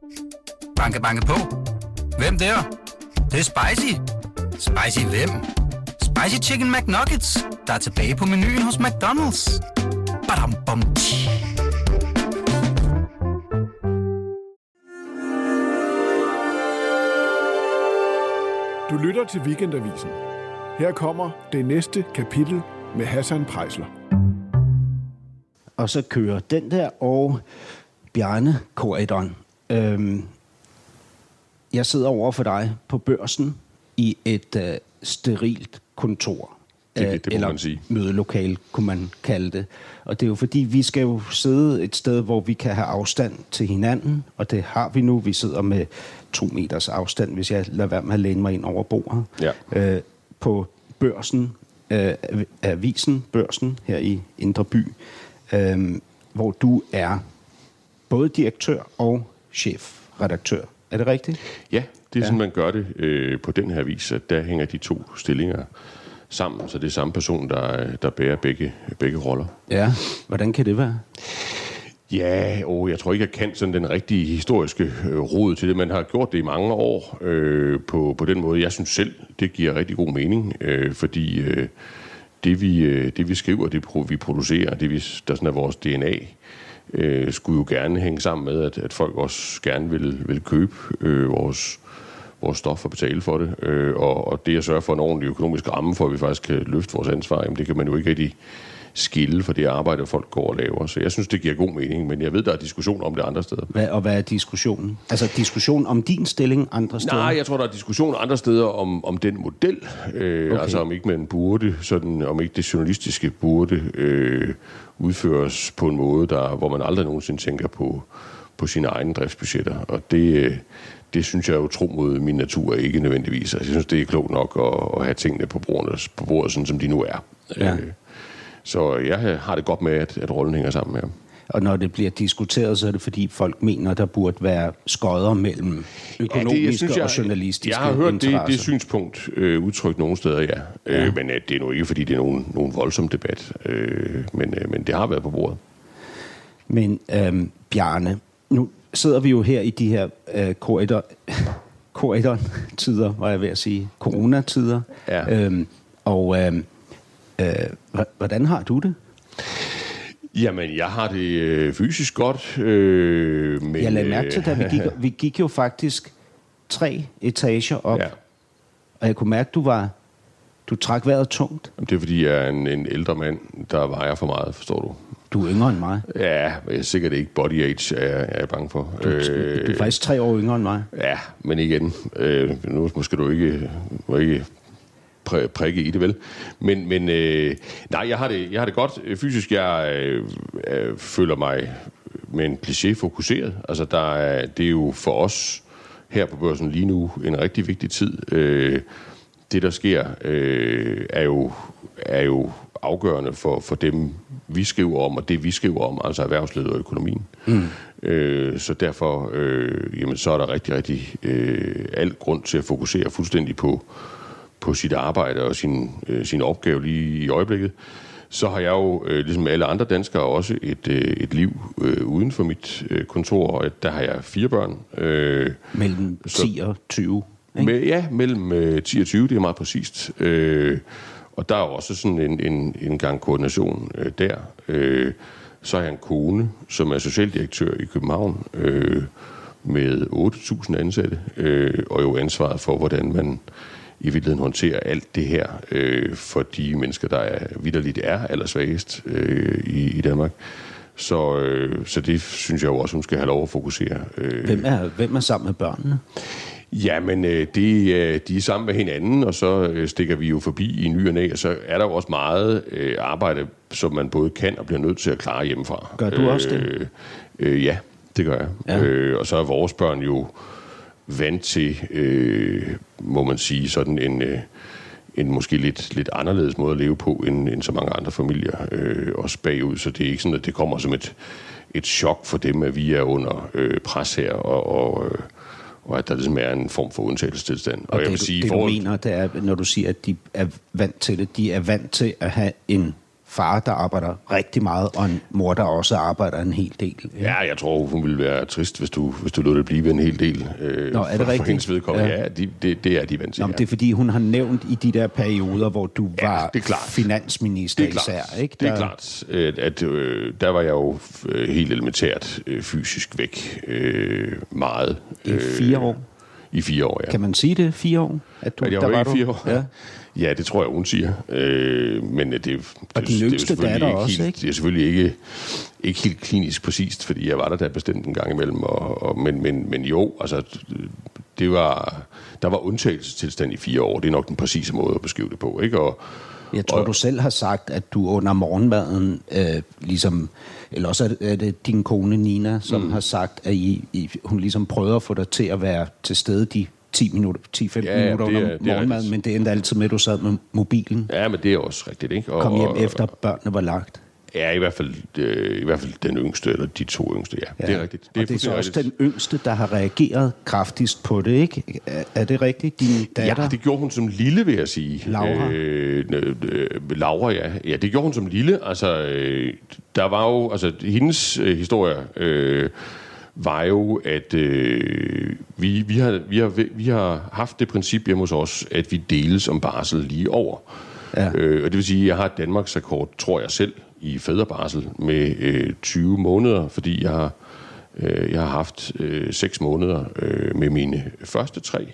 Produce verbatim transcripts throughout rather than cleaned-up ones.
Banke, banke på. Hvem der? Det, det er spicy. Spicy hvem? Spicy Chicken McNuggets, der er tilbage på menuen hos McDonald's. Badum, bom, tji. Du lytter til Weekendavisen. Her kommer det næste kapitel med Hassan Preisler. Og så kører den der og Bjarne Corydon. Øhm, jeg sidder over for dig på Børsen i et øh, sterilt kontor. Det, det, det må eller man sige. Mødelokale, kunne man kalde det. Og det er jo fordi, vi skal jo sidde et sted, hvor vi kan have afstand til hinanden, og det har vi nu. Vi sidder med to meters afstand, hvis jeg lader være med at læne mig ind over bordet. Ja. Øh, på Børsen, øh, avisen Børsen her i Indre By, øh, hvor du er både direktør og chefredaktør. Er det rigtigt? Ja, det er ja. sådan, man gør det øh, på den her vis, at der hænger de to stillinger sammen, så det er samme person, der, der bærer begge, begge roller. Ja, hvordan kan det være? Ja, og jeg tror ikke, jeg kan sådan den rigtige historiske øh, rod til det. Man har gjort det i mange år øh, på, på den måde. Jeg synes selv, det giver rigtig god mening, øh, fordi øh, det, vi, øh, det vi skriver, det vi producerer, det vi, der sådan er vores D N A, øh, skulle jo gerne hænge sammen med, at, at folk også gerne vil, vil købe øh, vores, vores stof og betale for det. Øh, og, og det at sørge for en ordentlig økonomisk ramme, for at vi faktisk kan løfte vores ansvar, jamen det kan man jo ikke rigtig skille for det arbejde, folk går og laver. Så jeg synes, det giver god mening, men jeg ved, der er diskussion om det andre steder. Hvad, og hvad er diskussionen? Altså diskussion om din stilling andre steder? Nej, jeg tror, der er diskussion andre steder om, om den model. Øh, okay. Altså om ikke man burde, sådan, om ikke det journalistiske burde øh, udføres på en måde, der, hvor man aldrig nogensinde tænker på, på sine egne driftsbudgetter. Og det, det synes jeg jo tro mod min natur ikke nødvendigvis. Altså, jeg synes, det er klogt nok at, at have tingene på bordet, på bordet, sådan som de nu er. Ja. Øh, Så jeg har det godt med, at, at rollen hænger sammen med ham. Og når det bliver diskuteret, så er det fordi folk mener, der burde være skodder mellem økonomiske ja, det, synes, jeg, og journalistiske interesser. Jeg har hørt interesser. det, det synspunkt øh, udtrykt nogle steder, ja. ja. Øh, men øh, det er nu ikke, fordi det er nogen, nogen voldsom debat. Øh, men, øh, men det har været på bordet. Men øh, Bjarne, nu sidder vi jo her i de her øh, korridor, korridor-tider, var jeg ved at sige, coronatider. Ja. Øh, og øh, øh, hvordan har du det? Jamen, jeg har det øh, fysisk godt. Øh, men, jeg lagde mærke til, da vi gik, vi gik jo faktisk tre etager op, ja. Og jeg kunne mærke, du var, du trak vejret tungt. Jamen, det er, fordi jeg er en, en ældre mand, der vejer for meget, forstår du. Du er yngre end mig. Ja, men sikkert ikke body age, er, er jeg bange for. Du, øh, du er faktisk tre år yngre end mig. Ja, men igen, øh, nu skal du ikke... Må ikke Pr- prikke i det, vel? Men, men øh, nej, jeg har, det, jeg har det godt. Fysisk, jeg øh, øh, føler mig med en kliché fokuseret. Altså, der er, det er jo for os her på Børsen lige nu en rigtig vigtig tid. Øh, det, der sker, øh, er, jo, er jo afgørende for, for dem, vi skriver om, og det, vi skriver om, altså erhvervslivet og økonomien. Mm. Øh, så derfor øh, jamen, så er der rigtig, rigtig øh, alt grund til at fokusere fuldstændig på på sit arbejde og sin, øh, sin opgave lige i øjeblikket, så har jeg jo, øh, ligesom alle andre danskere, også et, øh, et liv øh, uden for mit øh, kontor, og der har jeg fire børn. Øh, mellem ti og tyve, ikke? Med, ja, mellem øh, ti og tyve, det er meget præcist. Øh, og der er jo også sådan en, en, en gang koordination øh, der. Øh, så har jeg en kone, som er socialdirektør i København, øh, med otte tusind ansatte, øh, og jo ansvaret for, hvordan man i virkeligheden håndterer alt det her øh, for de mennesker, der er vitterligt er allersvagest øh, i, i Danmark. Så, øh, så det synes jeg jo også, hun skal have lov at fokusere. Øh. Hvem er, hvem er sammen med børnene? Jamen, øh, de, de er sammen med hinanden, og så øh, stikker vi jo forbi i ny og næ, og så er der jo også meget øh, arbejde, som man både kan og bliver nødt til at klare hjemmefra. Gør du også det? Øh, øh, ja, det gør jeg. Ja. Øh, og så er vores børn jo vant til, øh, må man sige, sådan en, øh, en måske lidt, lidt anderledes måde at leve på, end, end så mange andre familier øh, også bagud. Så det er ikke sådan, at det kommer som et, et chok for dem, at vi er under øh, pres her, og, og, øh, og at der ligesom er en form for undtagelsestilstand. Og, og jeg det, vil sige, det forhold... du mener, det er, når du siger, at de er vant til det, de er vant til at have en far, der arbejder rigtig meget, og en mor, der også arbejder en hel del. Ja, jeg tror, hun ville være trist, hvis du, hvis du lod det blive en hel del. Øh, Nå, er det for, rigtigt? For hendes vedkommende. Ja, Ja, ja de, det, det er de vant til. Nå, Ja. det er fordi, hun har nævnt i de der perioder, hvor du Ja, var det er klart. finansminister Det er klart, især. Ikke? det er Der- klart at, at øh, der var jeg jo øh, helt elementært øh, fysisk væk øh, meget. I fire år. I fire år, ja. Kan man sige det? Fire år? At du, At jeg der var, var var i fire år? Ja. Ja, det tror jeg, hun siger. Øh, men det, det, Og det, din det er jo yngste selvfølgelig datter ikke også, helt, ikke? Det er selvfølgelig ikke, ikke helt klinisk præcist, fordi jeg var der der bestemt en gang imellem. Og, og, men, men, men jo, altså, det var, der var undtagelsestilstand i fire år. Det er nok den præcise måde at beskrive det på, ikke? Og, Jeg tror, og, du selv har sagt, at du under morgenmaden, øh, ligesom, eller også er det, er det din kone Nina, som mm. har sagt, at I, I, hun ligesom prøver at få dig til at være til stede de ti minutter, ti til femten Ja, ja, minutter det er- under det er morgenmaden, rigtigt. men det endte altid med, at du sad med mobilen, Ja, men det er også rigtigt, ikke? Og, kom hjem og, efter børnene var lagt. Ja, i hvert fald, øh, i hvert fald den yngste, eller de to yngste, ja. ja. Det er rigtigt. Det og det er så fuldstændig også rigtigt. den yngste, der har reageret kraftigst på det, ikke? Er, er det rigtigt? Din datter? Ja, det gjorde hun som lille, vil jeg sige. Laura? Øh, øh, øh, Laura, ja. Ja, det gjorde hun som lille. Altså, øh, der var jo... Altså, hendes øh, historie øh, var jo, at øh, vi, vi, har, vi, har, vi har haft det princip hjemme hos os, at vi deles om barsel lige over. Ja. Øh, og det vil sige, at jeg har et Danmarks rekord, tror jeg selv, i fædrebarsel med øh, tyve måneder, fordi jeg har, øh, jeg har haft øh, seks måneder øh, med mine første tre.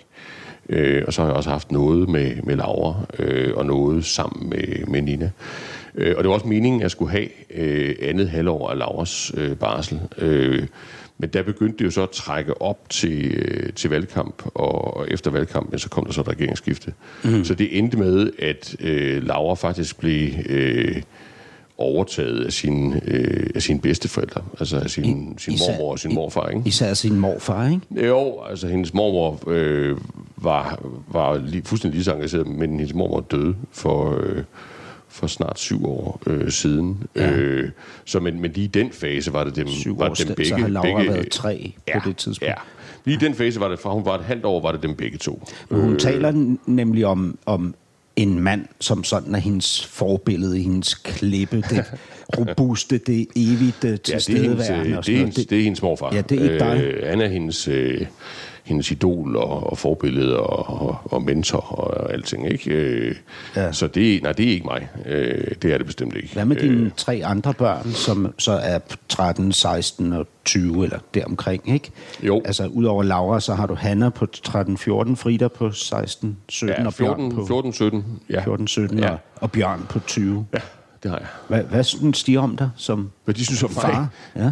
Øh, og så har jeg også haft noget med, med Laura, øh, og noget sammen med, med Nina. Øh, og det var også meningen, at jeg skulle have øh, andet halvår af Lauras øh, barsel. Øh, men der begyndte det jo så at trække op til, øh, til valgkamp, og, og efter valgkampen, så kom der så et regeringsskifte. Mm. Så det endte med, at øh, Laura faktisk blev... Øh, overtaget af sine, øh, af sine bedsteforældre, altså af sin, I, sin især, mormor og sin morfar, ikke? Især sin morfar, ikke? Jo, altså hendes mormor øh, var, var lige, fuldstændig lige så engageret, men hendes mormor døde for, øh, for snart syv år øh, siden. Ja. Øh, så men, men lige i den fase var det dem, Syv var år, det dem begge. så har Laura begge, været tre ja, på det tidspunkt. Ja. Lige i den fase var det, fra hun var et halvt år, var det dem begge to. Men hun Øh, taler n- nemlig om, om en mand, som sådan er hendes forbillede, hendes klippe, det robuste, det evigt Ja, det er hendes, tilstedeværende. og det, er sådan hendes, noget. det er hendes morfar. Ja, det er ikke dig. Øh, han er hendes, øh, hendes idol og, og forbillede og, og, og mentor og alting, ikke? Øh, Ja. Så det, nej, det er ikke mig. Øh, det er det bestemt ikke. Hvad med Øh, dine tre andre børn, som så er tretten, seksten og tyve eller deromkring, ikke? Jo. Altså, udover Laura, så har du Hanna på tretten fjorten, Frida på seksten sytten ja, og Bjørn på fjorten sytten. Ja. fjorten sytten Ja. og, og Bjørn på tyve. Ja, det har jeg. Hvad, hvad synes de om dig som Hvad de synes om far? Ja.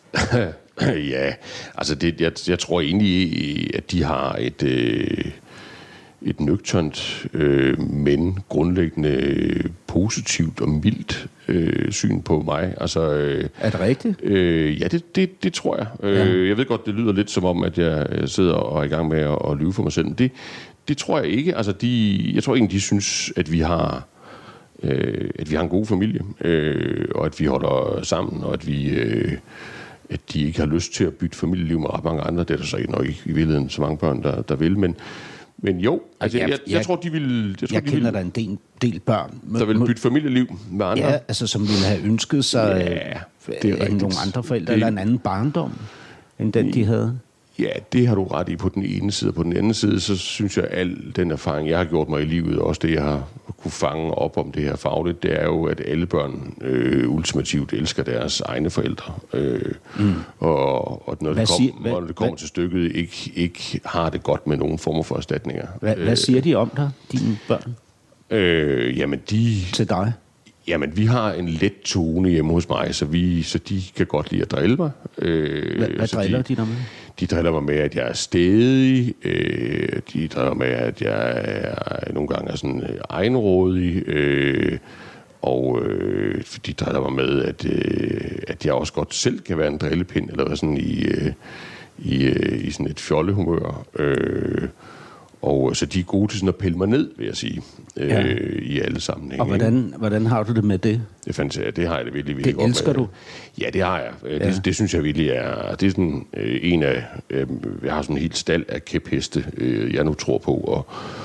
Ja, altså det, jeg, jeg tror egentlig, at de har et, øh, et nøgternt, øh, men grundlæggende øh, positivt og mildt øh, syn på mig. Altså, øh, Er det rigtigt? øh, ja, det, det, det tror jeg. Ja. Øh, jeg ved godt, det lyder lidt som om, at jeg sidder og er i gang med at, at lyve for mig selv, men det, det tror jeg ikke. Altså, de, jeg tror egentlig, de synes, at vi har... Øh, at vi har en god familie, øh, og at vi holder sammen, og at vi øh, at de ikke har lyst til at bytte familieliv med ret mange andre. Det er der så ikke nok ikke i virkeligheden så mange børn, der, der vil, men, men jo, altså, jeg- jeg, jeg, jeg- tror, de vil... Jeg, tror, Jeg de kender vil, da en del, del børn. der vil bytte familieliv med andre. Ja, altså som ville have ønsket sig Ja, øh, det er øh, rigtigt. nogle andre forældre, Det- eller en anden barndom, end den de havde. Ja, det har du ret i på den ene side. På den anden side, så synes jeg, at al den erfaring, jeg har gjort mig i livet, og også det, jeg har kunne fange op om det her fagligt, det er jo, at alle børn øh, ultimativt elsker deres egne forældre. Øh, mm. Og, og når, Hvad det, kom, siger- hvad- når det kommer hvad- til stykket, ikke, ikke har det godt med nogen former for erstatninger. Hvad, hvad siger de om dig, dine børn, Øh, jamen, de... til dig? Jamen, vi har en let tone hjemme hos mig, så, vi, så de kan godt lide at drille mig. Øh, Hvad, hvad så driller de dig med? De driller mig med, at jeg er stedig. Øh, de driller med, at jeg er, nogle gange er sådan øh, egenrådig. Øh, og øh, de driller mig med, at, øh, at jeg også godt selv kan være en drillepind, eller være sådan i, øh, i, øh, i sådan et fjollehumør. Øh, og så de er gode til sådan at pille mig ned, vil jeg sige, øh, Ja. i alle sammenhænge. Og hvordan, hvordan har du det med det? Det fandt jeg, det har jeg det virkelig, virkelig Det godt elsker med. du? Ja, det har jeg. Det, Ja. det synes jeg virkelig er... Det er sådan øh, en af... Øh, jeg har sådan en helt stald af kæpheste, øh, jeg nu tror på, og,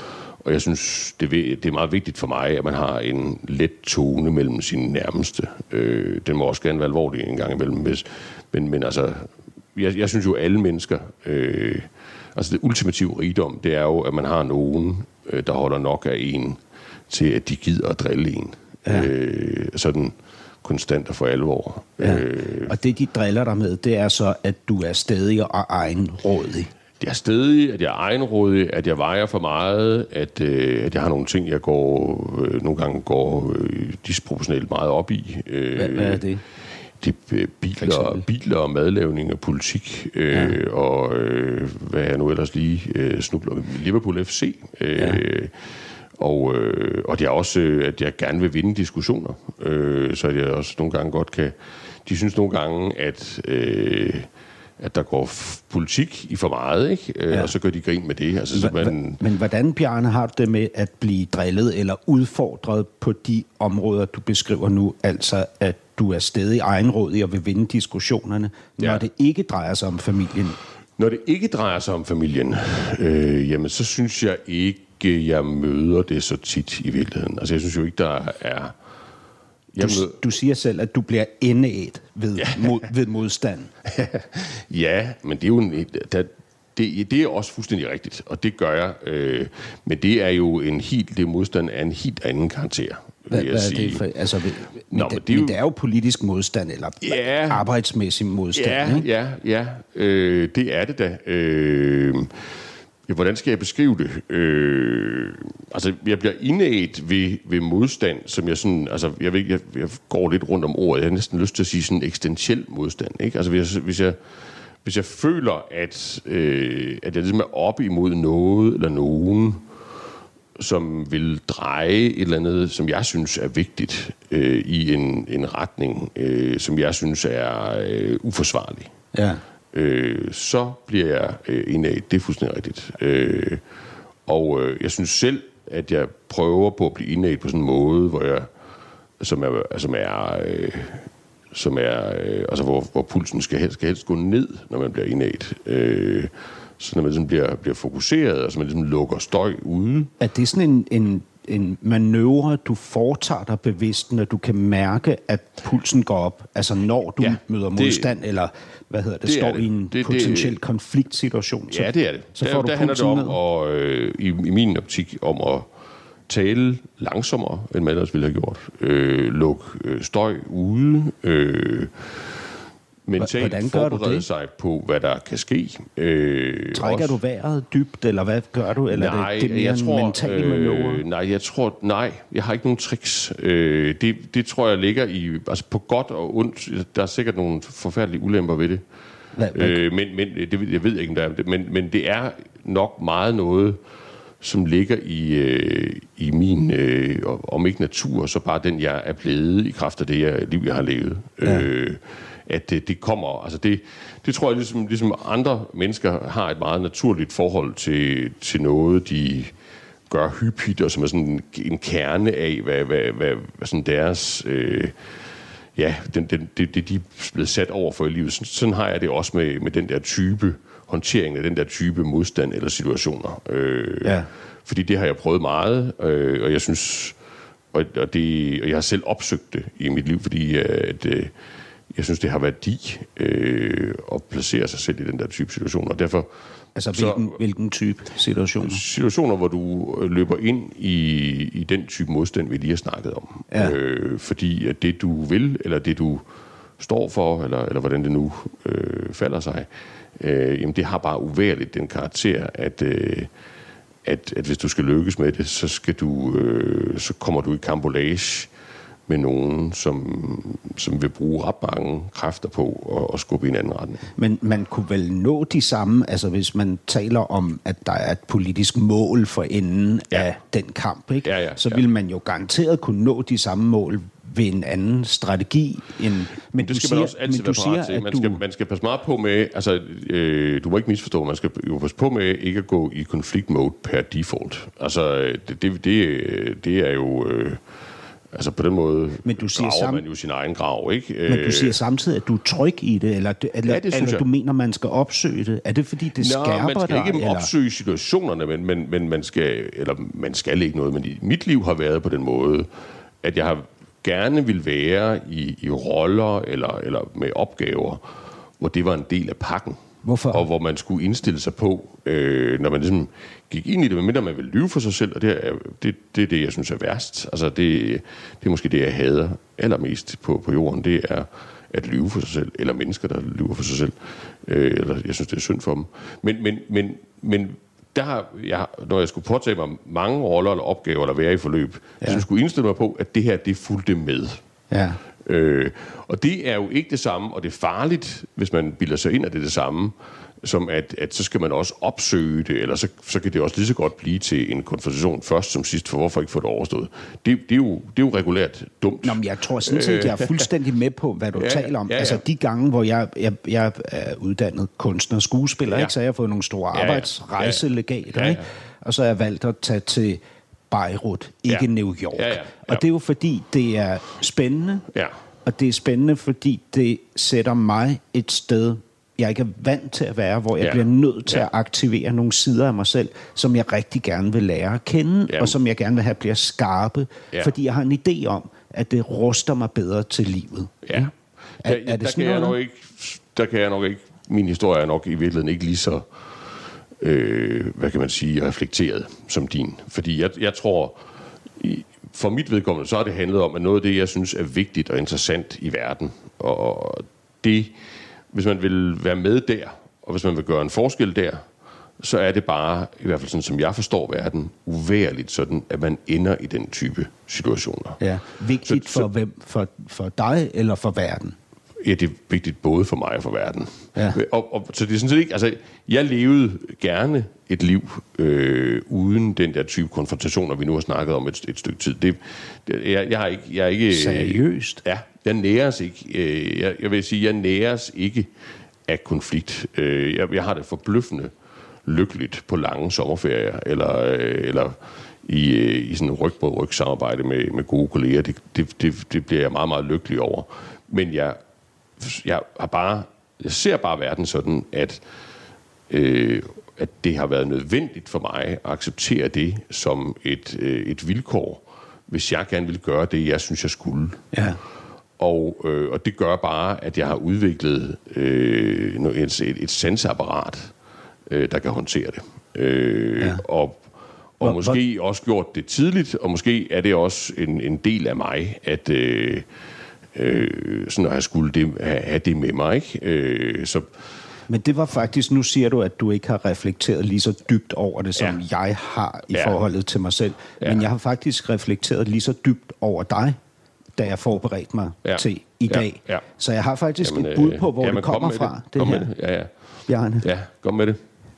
Og jeg synes, det, det er meget vigtigt for mig, at man har en let tone mellem sine nærmeste. Øh, den må også gerne være alvorlig en gang imellem. Hvis, men, men altså, jeg, jeg synes jo, at alle mennesker... Øh, altså det ultimative rigdom, det er jo, at man har nogen, øh, der holder nok af en, til at de gider at drille en. Ja. Øh, sådan konstant og for alvor. Ja. Øh, og det, de driller dig med, det er så, at du er stedig og egenrådig. Det er stedig, at jeg er egenrådig, at jeg vejer for meget, at, øh, at jeg har nogle ting, jeg går øh, nogle gange går øh, disproportionelt meget op i. Øh, hvad, hvad er det? Det er biler, biler og madlavning og politik, øh, ja. og øh, hvad jeg nu ellers lige øh, snubler med. Liverpool F C. Øh, ja. Og, øh, og det er også, øh, at jeg gerne vil vinde diskussioner, øh, så jeg også nogle gange godt kan... De synes nogle gange, at, øh, at der går f- politik i for meget, ikke? Øh, ja. Og så gør de grin med det. Altså, så man... Men hvordan, Bjarne, har du det med at blive drillet eller udfordret på de områder, du beskriver nu? Altså, at du er stedig egenrådig og vil vinde diskussionerne, når ja. det ikke drejer sig om familien? Når det ikke drejer sig om familien, øh, jamen så synes jeg ikke, jeg møder det så tit i virkeligheden. Altså jeg synes jo ikke, der er... Du, møder... du siger selv, at du bliver indædt ved, ja. mod, ved modstand. Ja, men det er jo en... Der, det, det er også fuldstændig rigtigt, og det gør jeg. Øh, men det er jo en helt... Det modstand af en helt anden karakter. Hvad, hvad er det for... Altså, Nå, det, det, er jo, det er jo politisk modstand, eller ja, arbejdsmæssig modstand, ja, ikke? Ja, ja. Øh, det er det da. Øh, ja, hvordan skal jeg beskrive det? Øh, altså, jeg bliver indædt ved, ved modstand, som jeg sådan... Altså, jeg, ved, jeg, jeg går lidt rundt om ordet. Jeg har næsten lyst til at sige sådan eksistentiel modstand, ikke? Altså, hvis jeg... Hvis jeg Hvis jeg føler, at, øh, at jeg ligesom er op imod noget eller nogen, som vil dreje et eller andet, som jeg synes er vigtigt, øh, i en, en retning, øh, som jeg synes er øh, uforsvarlig, ja. øh, så bliver jeg øh, indad. Det er fuldstændig rigtigt. Øh, og øh, jeg synes selv, at jeg prøver på at blive indad på sådan en måde, hvor jeg, som er... Som er øh, som er, øh, altså hvor, hvor pulsen skal helst, skal helst gå ned, når man bliver indædt. Øh, så når man ligesom bliver, bliver fokuseret, og så man ligesom lukker støj ude. Er det sådan en, en, en manøvre, du foretager dig bevidst, når du kan mærke, at pulsen går op? Altså når du ja, møder modstand, det, eller hvad hedder det, det står det. i en det, potentiel det, konfliktsituation? Så, ja, det er det. Så der, får der du handler det om, ned. og, øh, i, i min optik, om at tale langsommere, end man ellers ville have gjort. Øh, luk øh, støj ude. Øh, mentalt forberede sig på, hvad der kan ske. Øh, Trækker også. du vejret dybt, eller hvad gør du? Eller nej, det, det er mere jeg tror, en mental manøvre? Øh, nej, jeg tror, nej, jeg har ikke nogen tricks. Øh, det, det tror jeg ligger i, altså på godt og ondt. Der er sikkert nogle forfærdelige ulemper ved det. Hvad, hvad? Øh, men, men det, jeg ved ikke, om der er det, men, men det er nok meget noget, som ligger i, øh, i min, øh, om ikke natur, så bare den, jeg er blevet i kraft af det jeg, liv, jeg har levet. Ja. Øh, at det, det kommer, altså det, det tror jeg, ligesom, ligesom andre mennesker har et meget naturligt forhold til, til noget, de gør hyppigt, og som er sådan en, en kerne af, hvad, hvad, hvad, hvad sådan deres... Øh, ja, den, den, det, det de er blevet sat over for i livet. Sådan, sådan har jeg det også med, med den der type håndtering af den der type modstand eller situationer. Øh, ja. Fordi det har jeg prøvet meget, øh, og jeg synes, og, og, det, og jeg har selv opsøgt det i mit liv, fordi at, øh, jeg synes, det har værdi øh, at placere sig selv i den der type situationer. Og derfor, altså hvilken, så, hvilken type situationer? Situationer, hvor du løber ind i, i den type modstand, vi lige har snakket om. Ja. Øh, fordi at det, du vil, eller det, du står for, eller, eller hvordan det nu øh, falder sig, øh, jamen det har bare uværligt den karakter, at, øh, at, at hvis du skal lykkes med det, så, skal du, øh, så kommer du i karambolage med nogen, som, som vil bruge ret mange kræfter på at, at skubbe i en anden retning. Men man kunne vel nå de samme, altså hvis man taler om, at der er et politisk mål for enden ja. af den kamp, ikke? Ja, ja, så ja. vil man jo garanteret kunne nå de samme mål ved en anden strategi. End, men det skal siger, man også altid være parat til. Man, du... skal, man skal passe meget på med, altså øh, du må ikke misforstå, man skal jo passe på med ikke at gå i konfliktmode per default. Altså det, det, det, det er jo... Øh, Altså på den måde men du siger graver sam... man jo sin egen grav, ikke? Men du siger samtidig, at du er tryg i det, eller, eller, ja, det eller jeg. du mener, man skal opsøge det? Er det, fordi det Nå, skærper dig? man skal dig, ikke eller? opsøge situationerne, men, men, men man, skal, eller man skal ikke noget. Men i mit liv har været på den måde, at jeg har gerne vil være i, i roller eller, eller med opgaver, hvor det var en del af pakken. Hvorfor? Og hvor man skulle indstille sig på, øh, når man ligesom gik ind i det, medmindre man vil lyve for sig selv, og det er det, det, er det jeg synes er værst. Altså det, det er måske det, jeg hader allermest på, på jorden, det er at lyve for sig selv, eller mennesker, der lyver for sig selv. Øh, eller jeg synes, det er synd for dem. Men, men, men, men der har jeg, når jeg skulle påtage mig mange roller eller opgaver, eller være i forløb, ja. så skulle jeg indstille mig på, at det her, det fulgte med. Ja. Øh, og det er jo ikke det samme, og det er farligt, hvis man bilder sig ind, at det er det samme, som at, at så skal man også opsøge det, eller så, så kan det også lige så godt blive til en konfrontation først som sidst, for hvorfor ikke få det overstået. Det, det, er, jo, det er jo regulært dumt. Nå, men jeg tror sådan set, jeg er fuldstændig med på, hvad du ja, taler om. Ja, ja. Altså de gange, hvor jeg, jeg, jeg er uddannet kunstner og skuespiller, ja. ikke, så har jeg fået nogle store arbejdsrejselegater, ja, ja. Ikke? Og så har jeg valgt at tage til Beirut, ikke ja. New York. Ja, ja, ja. Og det er jo fordi, det er spændende, ja. og det er spændende, fordi det sætter mig et sted, jeg ikke er vant til at være, hvor jeg ja. bliver nødt til ja. at aktivere nogle sider af mig selv, som jeg rigtig gerne vil lære at kende, ja. og som jeg gerne vil have bliver skarpe, ja. fordi jeg har en idé om, at det ruster mig bedre til livet. Ja. Er, der, er det der, sådan kan jeg noget? nok ikke, der kan jeg nok ikke, min historie er nok i virkeligheden ikke lige så, øh, hvad kan man sige, reflekteret som din. Fordi jeg, jeg tror, i, for mit vedkommende, så har det handlet om, at noget af det, jeg synes er vigtigt og interessant i verden, og det, hvis man vil være med der, og hvis man vil gøre en forskel der, så er det bare, i hvert fald sådan som jeg forstår verden, uværligt sådan, at man ender i den type situationer. Ja. Vigtigt så, for hvem? For, for dig eller for verden? Ja, det er vigtigt både for mig og for verden. Ja. Og, og, så det er sådan set ikke... Altså, jeg levede gerne et liv øh, uden den der type konfrontationer, vi nu har snakket om et, et stykke tid. Det, det, jeg, jeg har ikke... Jeg er ikke Seriøst? Ja, jeg næres ikke... Øh, jeg, jeg vil sige, jeg næres ikke af konflikt. Øh, jeg, jeg har det forbløffende lykkeligt på lange sommerferier, eller, øh, eller i, øh, i sådan en ryg mod ryg samarbejde med, med gode kolleger. Det, det, det, det bliver jeg meget, meget lykkelig over. Men jeg, jeg har bare, jeg ser bare verden sådan, at, øh, at det har været nødvendigt for mig at acceptere det som et, øh, et vilkår, hvis jeg gerne vil gøre det, jeg synes, jeg skulle. Ja. Og, øh, og det gør bare, at jeg har udviklet øh, et, et, et sanseapparat, øh, der kan håndtere det. Øh, ja. Og, og hvor, måske hvor... også gjort det tidligt, og måske er det også en, en del af mig, at øh, øh, sådan at jeg skulle det, have det med mig. Ikke? Øh, så, Men det var faktisk, nu siger du, at du ikke har reflekteret lige så dybt over det, som ja. jeg har i ja. forholdet til mig selv. Ja. Men jeg har faktisk reflekteret lige så dybt over dig, da jeg forberedte mig ja. til i dag. Ja. Ja. Så jeg har faktisk jamen, et bud på, hvor jamen, det kommer det. fra. Det kom her. med det. Ja, ja. Bjarne. Ja, kom med det.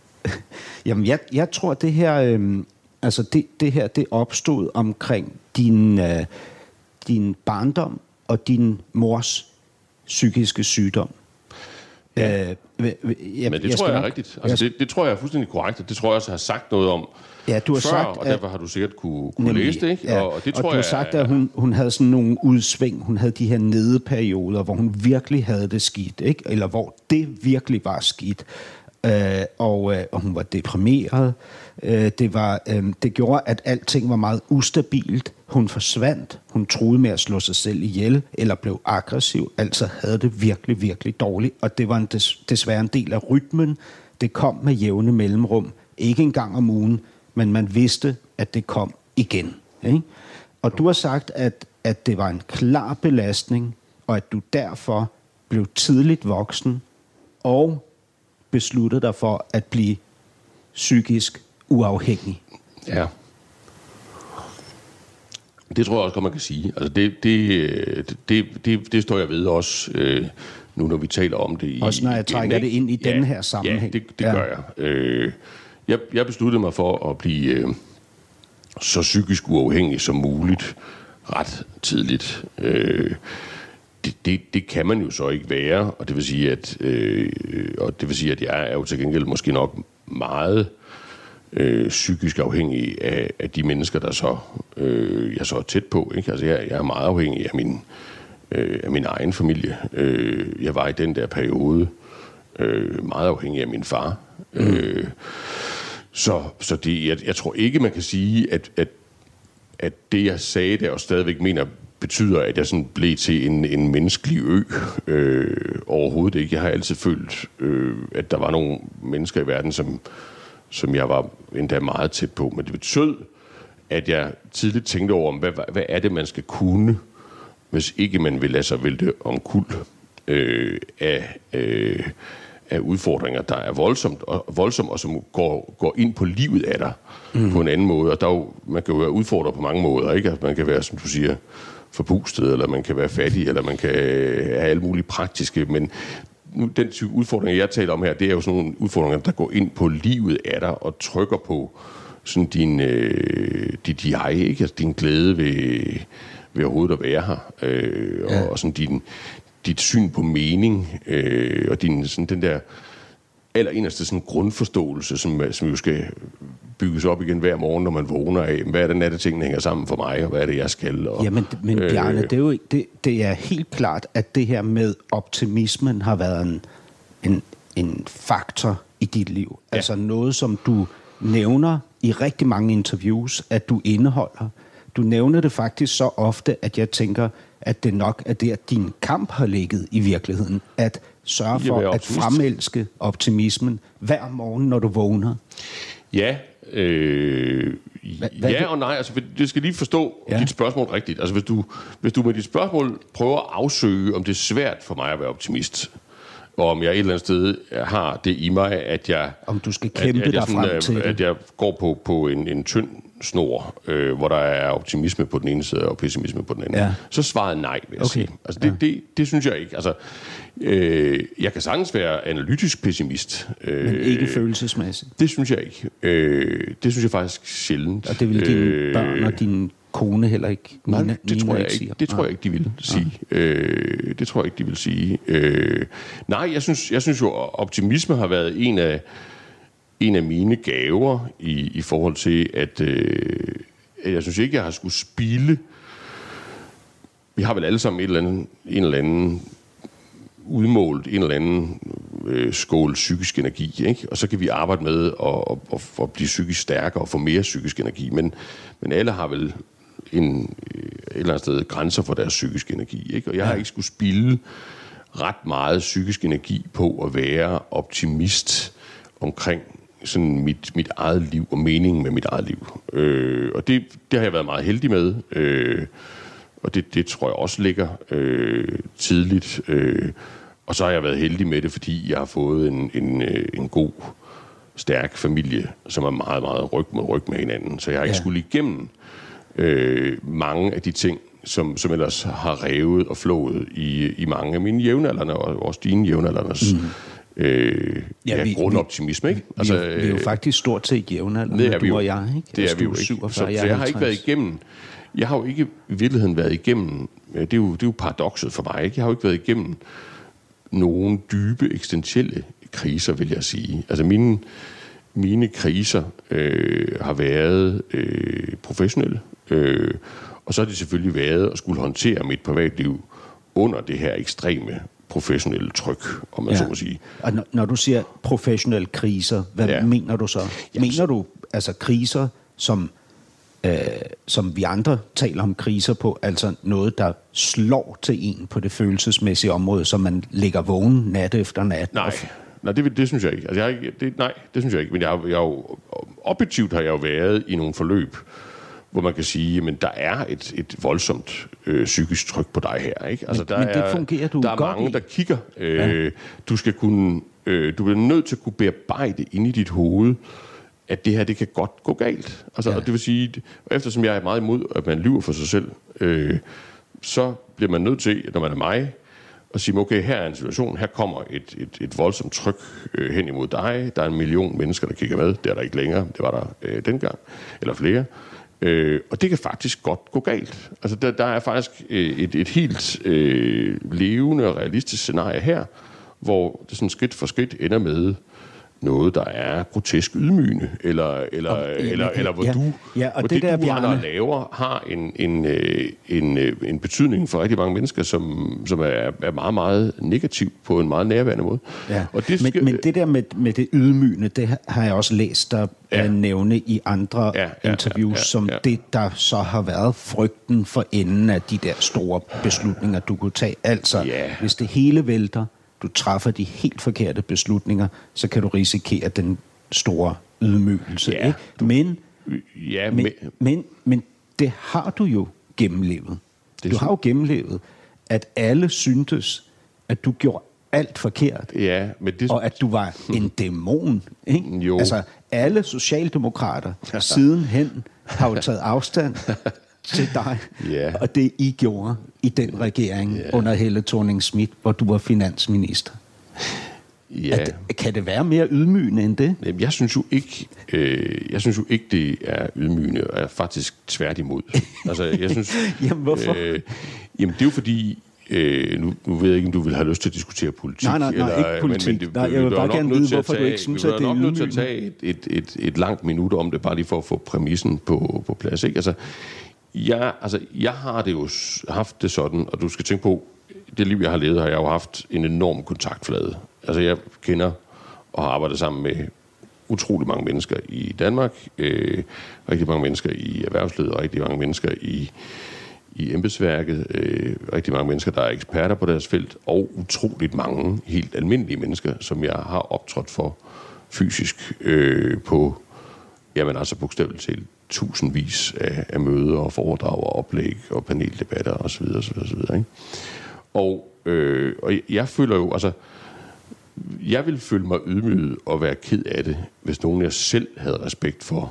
Jamen, jeg, jeg tror, det her, øh, altså det, det her, det opstod omkring din, øh, din barndom og din mors psykiske sygdom. Ja. Øh, jeg, Men det jeg tror jeg er nok, rigtigt. Altså, jeg, det, det tror jeg er fuldstændig korrekt, og det tror jeg også har sagt noget om ja, du har før, sagt, og derfor har du sikkert kunne, kunne nemlig, læse det, ikke? Ja. Og, og det og tror du jeg, har sagt, at hun, hun havde sådan nogle udsving, hun havde de her nedeperioder, hvor hun virkelig havde det skidt, ikke? Eller hvor det virkelig var skidt. Øh, og, øh, og hun var deprimeret. Øh, det, var, øh, det gjorde, at alting var meget ustabilt. Hun forsvandt. Hun troede med at slå sig selv ihjel, eller blev aggressiv. Altså havde det virkelig, virkelig dårligt. Og det var en des, desværre en del af rytmen. Det kom med jævne mellemrum. Ikke engang om ugen, men man vidste, at det kom igen. Ikke? Og du har sagt, at, at det var en klar belastning, og at du derfor blev tidligt voksen, og besluttede dig for at blive psykisk uafhængig. Ja. Det tror jeg også godt, man kan sige. Altså det, det, det, det, det står jeg ved også, øh, nu når vi taler om det. I, også når jeg trækker det ind i ja, denne her sammenhæng. Ja, det, det ja. gør jeg. Øh, jeg. Jeg besluttede mig for at blive øh, så psykisk uafhængig som muligt ret tidligt. Øh, Det, det, det kan man jo så ikke være, og det vil sige, at, øh, og det vil sige, at jeg er jo til gengæld måske nok meget øh, psykisk afhængig af, af de mennesker, der så øh, jeg så er tæt på. Ikke? Altså, jeg, jeg er meget afhængig af min, øh, af min egen familie. Øh, jeg var i den der periode øh, meget afhængig af min far. Mm. Øh, så så det, jeg, jeg tror ikke, man kan sige, at, at, at det, jeg sagde der, og stadigvæk mener, betyder, at jeg sådan blev til en, en menneskelig ø. Øh, overhovedet ikke. Jeg har altid følt, øh, at der var nogle mennesker i verden, som, som jeg var endda meget tæt på. Men det betød, at jeg tidligt tænkte over, hvad, hvad er det, man skal kunne, hvis ikke man vil lade sig vælte omkuld øh, af, øh, af udfordringer, der er voldsomt, og, voldsomt, og som går, går ind på livet af dig mm. på en anden måde. Og der er jo, man kan jo være udfordret på mange måder. Ikke? Altså, man kan være, som du siger, forpustet, eller man kan være fattig, eller man kan have alle mulige praktiske, men nu, den type udfordringer, jeg taler om her, det er jo sådan nogle udfordringer, der går ind på livet af dig, og trykker på sådan din, øh, dit jeg, ikke? Altså din glæde ved, ved overhovedet at være her, øh, ja. og, og sådan din, dit syn på mening, øh, og din, sådan den der allerinderste sådan grundforståelse, som, som jo skal bygges op igen hver morgen, når man vågner af. Hvad er det, at tingene hænger sammen for mig, og hvad er det, jeg skal? Og, Jamen, men Bjarne, øh, det, er jo, det, det er helt klart, at det her med optimismen har været en, en, en faktor i dit liv. Ja. Altså noget, som du nævner i rigtig mange interviews, at du indeholder. Du nævner det faktisk så ofte, at jeg tænker, at det nok er der, din kamp har ligget i virkeligheden. At sørge for at fremelske optimismen hver morgen, når du vågner. Ja, øh, hva, hva, ja og nej. Altså, det skal lige forstå ja. dit spørgsmål rigtigt. Altså, hvis du, hvis du med dit spørgsmål prøver at afsøge, om det er svært for mig at være optimist, og om jeg et eller andet sted har det i mig, at jeg... Om du skal kæmpe at, at dig sådan, frem til at, at jeg går på, på en, en tynd snor, øh, hvor der er optimisme på den ene side og pessimisme på den anden. Ja. Så svaret nej, vil jeg okay. sige. Altså, det, ja. det, det, det synes jeg ikke. Altså, øh, jeg kan sagtens være analytisk pessimist. Øh, Men ikke følelsesmæssigt? Det synes jeg ikke. Øh, det synes jeg faktisk sjældent. Og det vil dine øh, børn og din kone heller ikke? Nej, Nina, det, tror Nina jeg ikke, det tror jeg ikke, de vil sige. Ja. Øh, det tror jeg ikke, de vil sige. Øh, nej, jeg synes, jeg synes jo, at optimisme har været en af, en af mine gaver i, i forhold til, at øh, jeg synes ikke, jeg har skulle spilde. Vi har vel alle sammen et eller andet, en eller anden udmålt, en eller anden øh, skål psykisk energi, ikke? Og så kan vi arbejde med at, at, at blive psykisk stærkere og få mere psykisk energi. Men, men alle har vel en, et eller andet sted grænser for deres psykiske energi, ikke? Og jeg har ikke skulle spilde ret meget psykisk energi på at være optimist omkring sådan mit, mit eget liv og meningen med mit eget liv. Øh, og det, det har jeg været meget heldig med. Øh, og det, det tror jeg også ligger øh, tidligt. Øh, og så har jeg været heldig med det, fordi jeg har fået en, en, en god, stærk familie, som er meget, meget ryg med ryg med hinanden. Så jeg har ikke ja. skulle igennem øh, mange af de ting, som, som ellers har revet og flået i, i mange af mine jævnaldrende, og også dine jævnaldernes mm. øh, ja, ja, grundoptimisme. Ikke? Altså, vi, er, vi er jo faktisk stort set jævnaldrende, du og jeg. Ikke? Det er vi jo ikke. syvogfyrre, så, så jeg har ikke været igennem... Jeg har jo ikke i virkeligheden været igennem... Det er jo, det er jo paradokset for mig. Ikke? Jeg har jo ikke været igennem nogen dybe, eksistentielle kriser, vil jeg sige. Altså mine, mine kriser øh, har været øh, professionelle, øh, og så har det selvfølgelig været at skulle håndtere mit privatliv under det her ekstreme professionelle tryk, om man ja. så må sige. Og når, når du siger professionelle kriser, hvad ja. mener du så? Jamen, mener du altså kriser, som, øh, som vi andre taler om kriser på, altså noget, der slår til en på det følelsesmæssige område, så man ligger vågen nat efter nat? Nej, nej det, det synes jeg ikke. Altså, jeg ikke det, nej, det synes jeg ikke. Men jeg har, jeg har jo, objektivt har jeg jo været i nogle forløb, hvor man kan sige, men der er et, et voldsomt øh, psykisk tryk på dig her, ikke? Altså, men, der men det er, fungerer du der er godt mange, i. der kigger. Øh, ja. Du skal kunne, øh, du bliver nødt til at kunne bearbejde ind i dit hoved, at det her, det kan godt gå galt. Altså, ja. Og det vil sige, eftersom jeg er meget imod, at man lyver for sig selv, øh, så bliver man nødt til, når man er mig, at sige, okay, her er en situation, her kommer et, et, et voldsomt tryk øh, hen imod dig, der er en million mennesker, der kigger med, det er der ikke længere, det var der øh, dengang, eller flere. Øh, og det kan faktisk godt gå galt. Altså, der, der er faktisk øh, et, et helt øh, levende og realistisk scenarie her, hvor det sådan skridt for skridt ender med, noget, der er grotesk ydmygende, eller, eller, og, eller, eller hvor ja, du, ja, og hvor det, det, der, du Bjarne, har laver, har en, en, en, en betydning for rigtig mange mennesker, som, som er, er meget, meget negativ på en meget nærværende måde. Ja. Og det men, skal, men det der med, med det ydmygende, det har jeg også læst dig ja. nævne i andre ja, ja, interviews, ja, ja, som ja. det, der så har været frygten for enden af de der store beslutninger, du kunne tage. Altså, ja. hvis det hele vælter, du træffer de helt forkerte beslutninger, så kan du risikere den store ydmygelse. Ja, ikke? du, Men, ja, men, men, men, men det har du jo gennemlevet. Du sådan. har jo gennemlevet, at alle syntes, at du gjorde alt forkert. Ja, men det... Og at du var en dæmon. Ikke? Jo. Altså, alle socialdemokrater sidenhen har jo taget afstand til dig, Ja. og det I gjorde i den regering Ja. under Helle Thorning-Schmidt, hvor du var finansminister. Ja. At, kan det være mere ydmygende end det? Jamen, jeg synes jo ikke, øh, jeg synes jo ikke, det er ydmygende, og er faktisk tværtimod. Altså, jeg synes... Jamen, hvorfor? Øh, jamen, det er jo fordi... Øh, nu, nu ved jeg ikke, om du vil have lyst til at diskutere politik. Nej, nej, nej, eller, ikke politik. Men, men det, Nej, jeg vil vi bare nok gerne nødt vide, til at hvorfor du tage- ikke synes, vi at det er nok nødt til at ydmygende. tage et, et, et, et langt minut om det, bare lige for at få præmissen på, på plads. Ikke? Altså, jeg, altså, jeg har det jo s- haft det sådan, og du skal tænke på, det liv, jeg har levet, har jeg jo haft en enorm kontaktflade. Altså, jeg kender og har arbejdet sammen med utrolig mange mennesker i Danmark, øh, rigtig mange mennesker i erhvervslivet, og rigtig mange mennesker i, i embedsværket, øh, rigtig mange mennesker, der er eksperter på deres felt, og utroligt mange helt almindelige mennesker, som jeg har optrådt for fysisk øh, på, jamen altså bogstaveligt talt, tusindvis af, af møder og foredrag og oplæg og paneldebatter osv. osv., osv. Ikke? Og, øh, og jeg føler jo, altså, jeg ville føle mig ydmyget og være ked af det, hvis nogen jeg selv havde respekt for,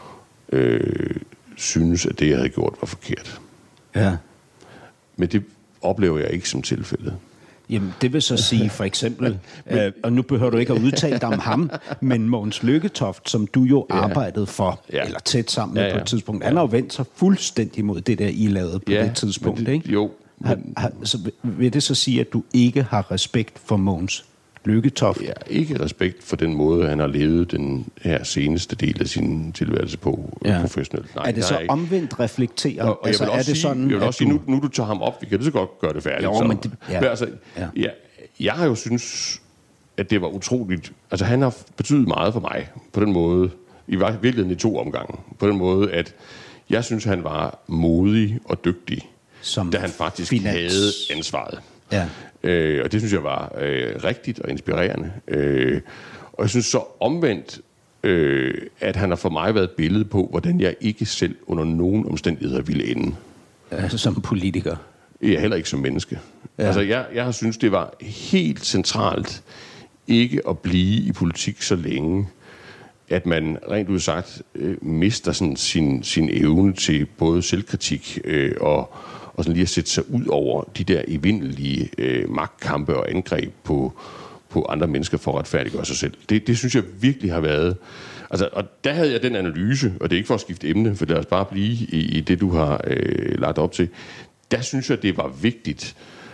øh, synes, at det, jeg havde gjort, var forkert. Ja. Men det oplever jeg ikke som tilfældet. Jamen, det vil så sige for eksempel, øh, og nu behøver du ikke at udtale dig om ham, men Mogens Lykketoft, som du jo Ja. arbejdede for, Ja. eller tæt sammen med Ja, ja. på et tidspunkt, han har jo vendt sig fuldstændig mod det der, I lavede på Ja, det tidspunkt, men det- ikke? jo, Har, men- har, så vil- vil det så sige, at du ikke har respekt for Mogens Lykketoft? Jeg har ikke respekt for den måde, han har levet den her seneste del af sin tilværelse på Ja. professionelt. Nej, Er det har så jeg ikke. omvendt reflekteret? Og, og altså, jeg vil er også det sige, sådan, jeg vil at også sige du- nu, nu du tager ham op, vi kan det så godt gøre det færdigt. Jo, så. men det- ja. Men altså, Ja. jeg, jeg har jo synes, at det var utroligt. Altså, han har betydet meget for mig på den måde, i virkeligheden i to omgange, på den måde, at jeg synes, han var modig og dygtig, Som da han faktisk finans- havde ansvaret. Ja. Øh, og det synes jeg var øh, rigtigt og inspirerende. Øh, og jeg synes så omvendt, øh, at han har for mig været et billede på, hvordan jeg ikke selv under nogen omstændigheder ville ende. Altså som politiker. Jeg er heller ikke som menneske. Ja. Altså, jeg, jeg har synes det var helt centralt ikke at blive i politik så længe, at man rent ud sagt øh, mister sådan sin, sin evne til både selvkritik øh, og, og sådan lige at sætte sig ud over de der evindelige øh, magtkampe og angreb på, på andre mennesker for at retfærdiggøre sig selv. Det, det synes jeg virkelig har været... Altså, og der havde jeg den analyse, og det er ikke for at skifte emne, for lad os bare blive i, i det, du har øh, lagt op til. Der synes jeg, det var vigtigt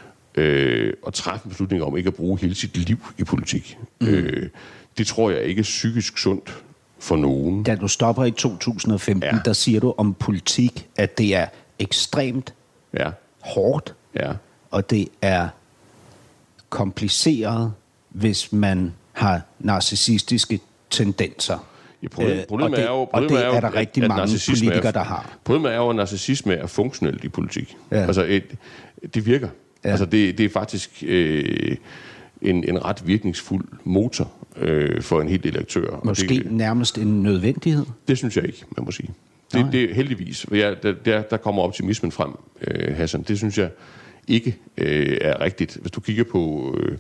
øh, at træffe en beslutning om ikke at bruge hele sit liv i politik. Mm. Øh, det tror jeg ikke er psykisk sundt for nogen. Da du stopper i to tusind og femten, Ja. der siger du om politik, at det er ekstremt Ja, hårdt, ja. og det er kompliceret, hvis man har narcissistiske tendenser. Ja, problemet, Øh, problemet og det- er jo, og problemet det er jo, er der rigtig mange narcissisme politikere, er, der har. Problemet er jo, at narcissisme er funktionelt i politik. Ja. Altså, et, det virker. Ja. Altså, det, det er faktisk øh, en, en ret virkningsfuld motor øh, for en hel del aktører. Og Måske det, nærmest en nødvendighed. det synes jeg ikke, man må sige. Nej. Det, det er heldigvis. Ja, der, der, der kommer optimismen frem, øh, Hassan. Det synes jeg ikke øh, er rigtigt. Hvis du kigger på... Øh,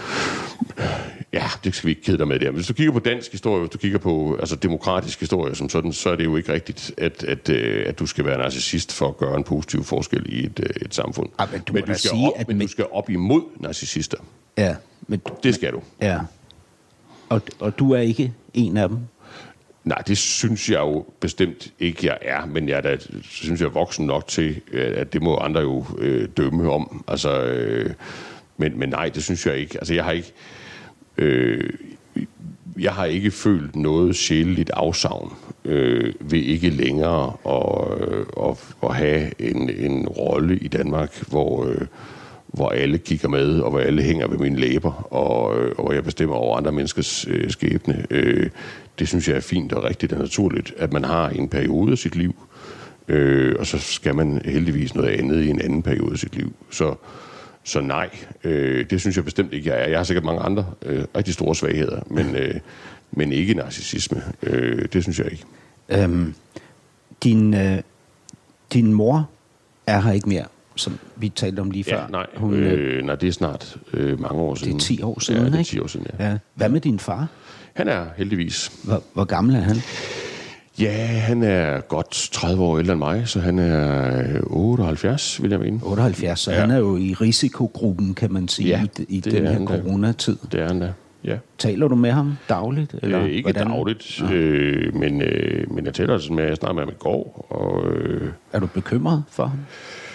ja, det skal vi ikke kede dig med der. Men hvis du kigger på dansk historie, hvis du kigger på altså, demokratisk historie som sådan, så er det jo ikke rigtigt, at, at, øh, at du skal være narcissist for at gøre en positiv forskel i et, øh, et samfund. Ah, men du må da skal sige, op, at men med- du skal op imod narcissister. Ja, men, Det skal du. ja. Og, og du er ikke en af dem. Nej, det synes jeg jo bestemt ikke, jeg er, men jeg er da, synes jeg er voksen nok til, at det må andre jo øh, dømme om. Altså, øh, men, men nej, det synes jeg ikke. Altså, jeg har ikke... Øh, jeg har ikke følt noget sjæleligt afsavn øh, ved ikke længere at, at, at have en, en rolle i Danmark, hvor, øh, hvor alle kigger med, og hvor alle hænger ved mine læber, og, og hvor jeg bestemmer over andre menneskers øh, skæbne. Øh, det synes jeg er fint og rigtigt og naturligt, at man har en periode af sit liv, øh, og så skal man heldigvis noget andet i en anden periode af sit liv. Så Så nej, øh, det synes jeg bestemt ikke, jeg er. Jeg har sikkert mange andre øh, rigtig store svagheder, men, øh, men ikke narcissisme. Øh, det synes jeg ikke. Øhm, din, øh, din mor er her ikke mere, som vi talte om lige før. Ja, nej, Hun, øh, nej, det er snart øh, mange år siden. Det er ti år siden, ja, det er ikke? ti år siden, ja. ja. Hvad med din far? Han er heldigvis. Hvor, hvor gammel er han? Ja, han er godt tredive år ældre end mig, så han er otteoghalvfjerds, vil jeg mene. otteoghalvfjerds, så ja. Han er jo i risikogruppen, kan man sige, ja, i, i den her coronatid. Det er han da, ja. Taler du med ham dagligt? Eller øh, ikke hvordan? dagligt, ja. øh, men, øh, men jeg taler sådan med, jeg snakker med ham i går. Og, øh, er du bekymret for ham?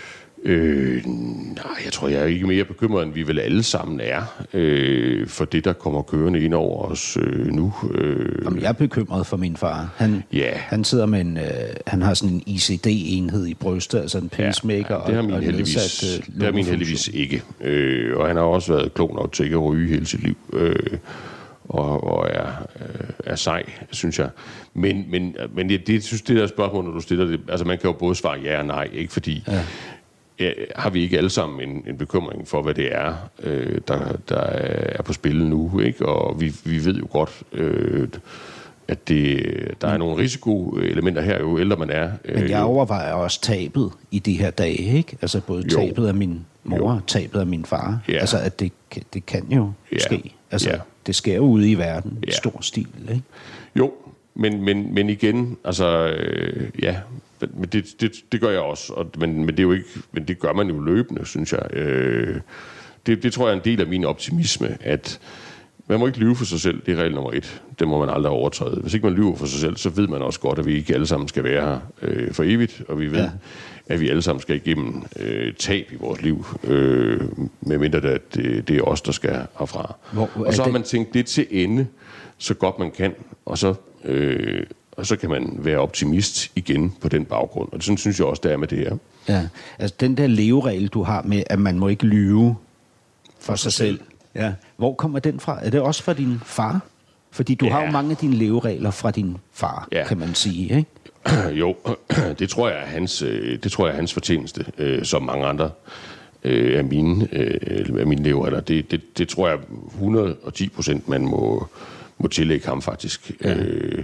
Øh, nej, jeg tror, jeg er ikke mere bekymret, end vi vel alle sammen er, øh, for det, der kommer kørende ind over os øh, nu. Øh. Jamen, jeg er bekymret for min far. Han, yeah. han sidder med en, øh, han har sådan en I C D-enhed i brystet, altså en pacemaker. Ja, ja, det har min og, heldigvis, nedsat, øh, det har min heldigvis ikke. Øh, og han har også været klog nok til ikke at ryge hele sit liv. Øh, og, og er, øh, er sej, synes jeg. Men, men, men det, det, synes, det der spørgsmål, når du stiller det, altså man kan jo både svare ja og nej, ikke fordi... Ja. Ja, har vi ikke alle sammen en, en bekymring for, hvad det er, øh, der, der er på spil nu, ikke? Og vi, vi ved jo godt, øh, at det, der er nogle risikoelementer her, jo ældre man er. Øh, Men jeg overvejer også tabet i de her dage, ikke? Altså både jo. tabet af min mor og tabet af min far. Ja. Altså, at det, det kan jo ja. ske. Altså, ja. det sker jo ude i verden, ja. stor stil, ikke? Jo, men, men, men igen, altså, øh, ja... Men det, det, det gør jeg også, og, men, men, det er jo ikke, men det gør man jo løbende, synes jeg. Øh, det, det tror jeg er en del af min optimisme, at man må ikke lyve for sig selv, det er regel nummer et. Det må man aldrig overtræde. Hvis ikke man lyver for sig selv, så ved man også godt, at vi ikke alle sammen skal være her øh, for evigt, og vi ved, ja. at vi alle sammen skal igennem øh, tab i vores liv, øh, medmindre det, det, det er os, der skal herfra. Hvor, og så har det... man tænkt det til ende, så godt man kan, og så... Øh, Og så kan man være optimist igen på den baggrund. Og sådan synes jeg også, det er med det her. Ja, altså den der leveregel, du har med, at man må ikke lyve for, for sig selv. selv. Ja. Hvor kommer den fra? Er det også fra din far? Fordi du ja. har jo mange af dine leveregler fra din far, ja. kan man sige, ikke? Jo, det tror jeg er hans, det tror jeg er hans fortjeneste, øh, som mange andre øh, af mine, øh, af mine leveregler. Det, det, det tror jeg hundrede og ti procent, man må, må tillægge ham faktisk. Ja. Øh,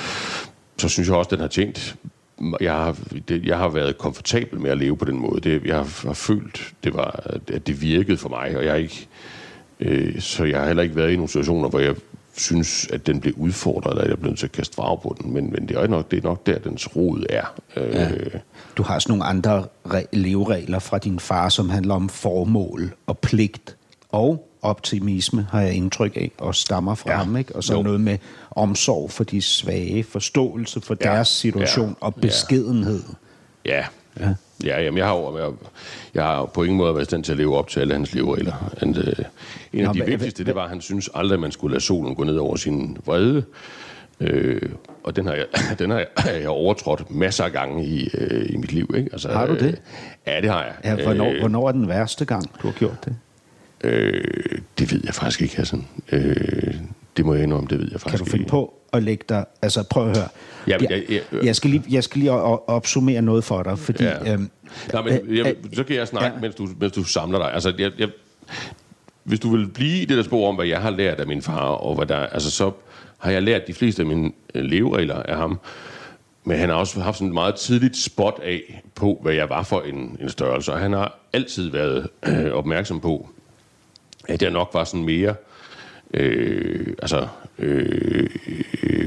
så synes jeg også, den har tjent. Jeg har, det, jeg har været komfortabel med at leve på den måde. Det, jeg har, har følt, det var, at det virkede for mig, og jeg ikke, øh, så jeg har heller ikke været i nogle situationer, hvor jeg synes, at den blev udfordret, eller at jeg blev nødt til at kaste farve på den. Men, men det, er nok, det er nok der, dens rod er. Øh, ja. Du har sådan nogle andre re- leveregler fra din far, som handler om formål og pligt og optimisme, har jeg indtryk af, og stammer fra ja. ham, ikke? Og så jo. noget med omsorg for de svage, forståelse for ja. deres situation ja. og beskedenhed. Ja, ja. ja jamen, jeg har jo jeg, jeg har på ingen måde været i stand til at leve op til alle hans leveregler. En, øh, en af Nå, de hva, vigtigste, hva, det var, at han synes aldrig, at man skulle lade solen gå ned over sin vrede. Øh, og den har jeg, den har jeg, jeg overtrådt masser af gange i, øh, i mit liv. Ikke? Altså, har du det? Øh, ja, det har jeg. Ja, hvornår, øh, hvornår er den værste gang, du har gjort det? Øh, det ved jeg faktisk ikke, Hassan. Øh, det må jeg indrømme, det ved jeg faktisk ikke. Kan du finde på at lægge dig... Altså, prøv at høre. Ja, jeg, jeg, jeg, jeg, skal lige, jeg skal lige opsummere noget for dig, fordi... Ja. Øhm, Nej, men øh, jeg, så kan jeg snakke, ja. mens, du, mens du samler dig. Altså, jeg, jeg, hvis du vil blive i det der spor om, hvad jeg har lært af min far, og hvad der... Altså, så har jeg lært de fleste af mine leveregler af ham. Men han har også haft sådan et meget tidligt spot af på, hvad jeg var for en, en størrelse. Og han har altid været øh, opmærksom på, at jeg nok var sådan mere, øh, altså, øh, øh,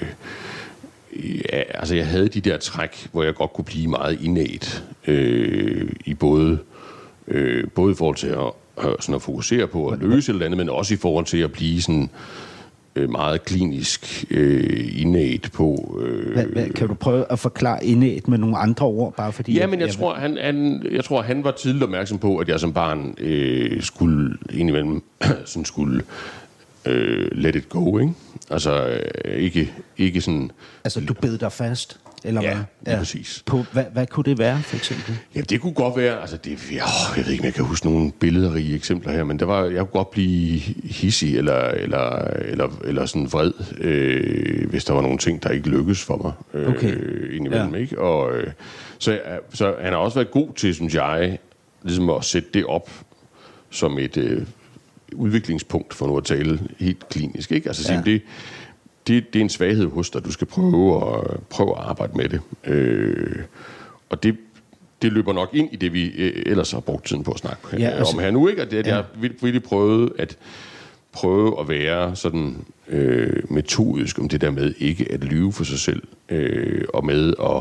ja, altså jeg havde de der træk, hvor jeg godt kunne blive meget innat, øh, i både, øh, både i forhold til at, sådan at fokusere på at løse et eller andet, men også i forhold til at blive sådan øh, meget klinisk øh, innat på... Øh, hvad, hvad, kan du prøve at forklare innat med nogle andre ord, bare fordi... Ja, men jeg, jeg, tror, han, han, jeg tror, han var tidligt opmærksom på, at jeg som barn øh, skulle indimellem sådan skulle øh, let it go, ikke? Altså, øh, ikke, ikke sådan... Altså, du bed dig fast, eller ja, hvad? Ja, præcis. På, hvad, hvad kunne det være, for eksempel? Ja, det kunne godt være... Altså, det, jeg, jeg ved ikke, om jeg kan huske nogle billedrige eksempler her, men der var, jeg kunne godt blive hissig, eller, eller, eller, eller sådan vred, øh, hvis der var nogle ting, der ikke lykkedes for mig øh, okay. indimellem, ja. ikke? Og, øh, så, så han har også været god til, synes jeg, ligesom at sætte det op som et... Øh, udviklingspunkt, for nu at tale helt klinisk, ikke? Altså, ja. det, det, det er en svaghed hos dig, du skal prøve at, prøve at arbejde med det. Øh, og det, det løber nok ind i det, vi ellers har brugt tiden på at snakke ja, altså, om her nu, ikke? Og det, at ja. jeg virkelig prøvede at prøve at være sådan øh, metodisk om det der med ikke at lyve for sig selv, øh, og med at,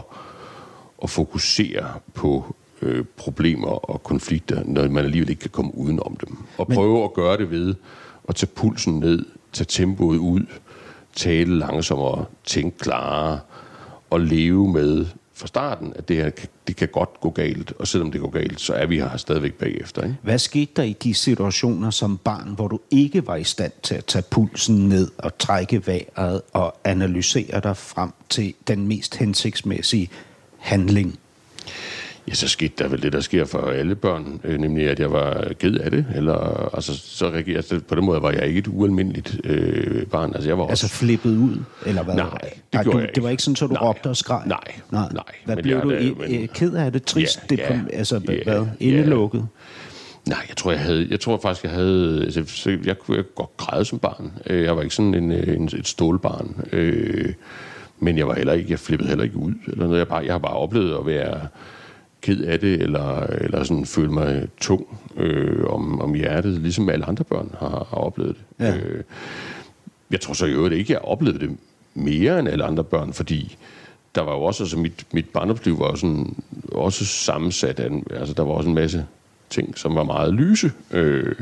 at fokusere på Øh, problemer og konflikter, når man alligevel ikke kan komme udenom dem. Og Men... prøve at gøre det ved at tage pulsen ned, tage tempoet ud, tale langsommere, tænke klarere og leve med fra starten, at det her det kan godt gå galt, og selvom det går galt, så er vi her stadigvæk bagefter. Ikke? Hvad skete der i de situationer som barn, hvor du ikke var i stand til at tage pulsen ned og trække vejret og analysere dig frem til den mest hensigtsmæssige handling? Ja, så skete der vel det, der sker for alle børn, øh, nemlig at jeg var ked af det, eller altså, så reagerede altså, på den måde var jeg ikke et ualmindeligt øh, barn. Altså, jeg var altså også... flippet ud, eller hvad? Nej, det nej, gjorde du, jeg ikke. Det var ikke sådan, så du nej, råbte og skreg? Nej, nej. nej. Hvad men blev jeg, du da, i, men... ked af det? Trist? Ja, det ja, kom, altså, ja, hvad? Indelukket? Ja. Nej, jeg tror, jeg havde... Jeg tror faktisk, jeg havde... Altså, jeg, jeg kunne godt græde som barn. Jeg var ikke sådan en, en, et stålbarn. Øh, men jeg var heller ikke... Jeg flippede heller ikke ud, eller noget. Jeg, bare, jeg har bare oplevet at være... ked af det, eller, eller sådan føle mig tung øh, om, om hjertet, ligesom alle andre børn har, har oplevet det. Ja. Øh, jeg tror så i øvrigt ikke, jeg har oplevet det mere end alle andre børn, fordi der var jo også, altså mit, mit barndomsliv var jo sådan, også sammensat af, altså der var også en masse ting, som var meget lyse. Øh,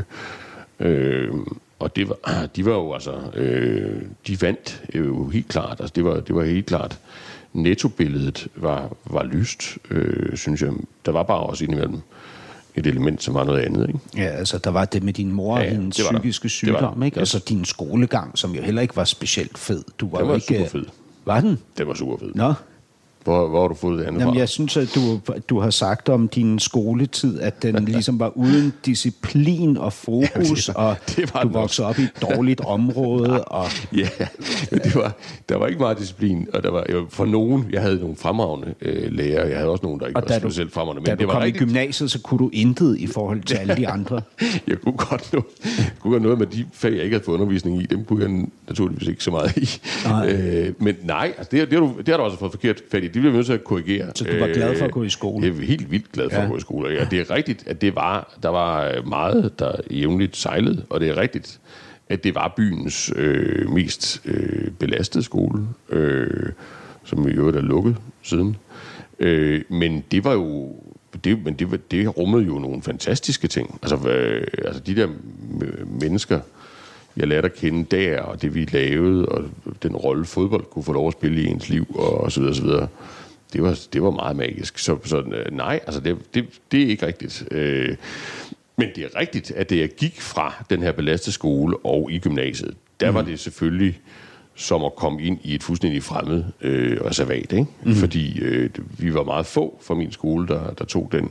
øh, og det var, de var jo altså, øh, de vandt jo helt klart, altså det var, det var helt klart, nettobilledet var, var lyst, øh, synes jeg. Der var bare også indimellem et element, som var noget andet, ikke? Ja, altså der var det med din mor og ja, hendes psykiske sygdom, ikke? Yes. Altså din skolegang, som jo heller ikke var specielt fed. Du var, den var jo ikke... super fed. Var den? Den var super fed. Nå. Hvor, hvor har du fået det andet Jamen, fra? jeg synes, at du, du har sagt om din skoletid, at den ligesom var uden disciplin og fokus, ja, var, og du voksede op i et dårligt område. Og... Ja, det var, der var ikke meget disciplin, og der var jo, for nogen, jeg havde nogle fremragende øh, lærere, jeg havde også nogen, der ikke og var specielt fremragende. Men da det du var kom rigtig... i gymnasiet, så kunne du intet i forhold til alle de andre. Jeg kunne godt nå, kunne godt noget med de fag, jeg ikke havde fået undervisning i, dem kunne jeg naturligvis ikke så meget i. Øh, men nej, altså, det, det, har du, det har du også fået forkert fat i. Det bliver vi nødt til at korrigere. Så du var glad for at gå i skole? Jeg er helt vildt glad for ja. at gå i skole. Ja, det er rigtigt, at det var, der var meget, der jævnligt sejlede, og det er rigtigt, at det var byens øh, mest øh, belastede skole, øh, som i øvrigt er lukket siden. Øh, men det var jo, det, men det, det rummede jo nogle fantastiske ting. Altså, øh, altså de der mennesker, jeg lærte at kende der, og det vi lavede, og den rolle fodbold kunne få lov at spille i ens liv, og så videre, så videre. Det var, det var meget magisk. Så, så nej, altså det, det, det er ikke rigtigt. Øh, men det er rigtigt, at det jeg gik fra den her belastede skole og i gymnasiet, der mm. var det selvfølgelig som at komme ind i et fuldstændig fremmed øh, reservat, ikke? Mm. Fordi øh, vi var meget få fra min skole, der, der tog den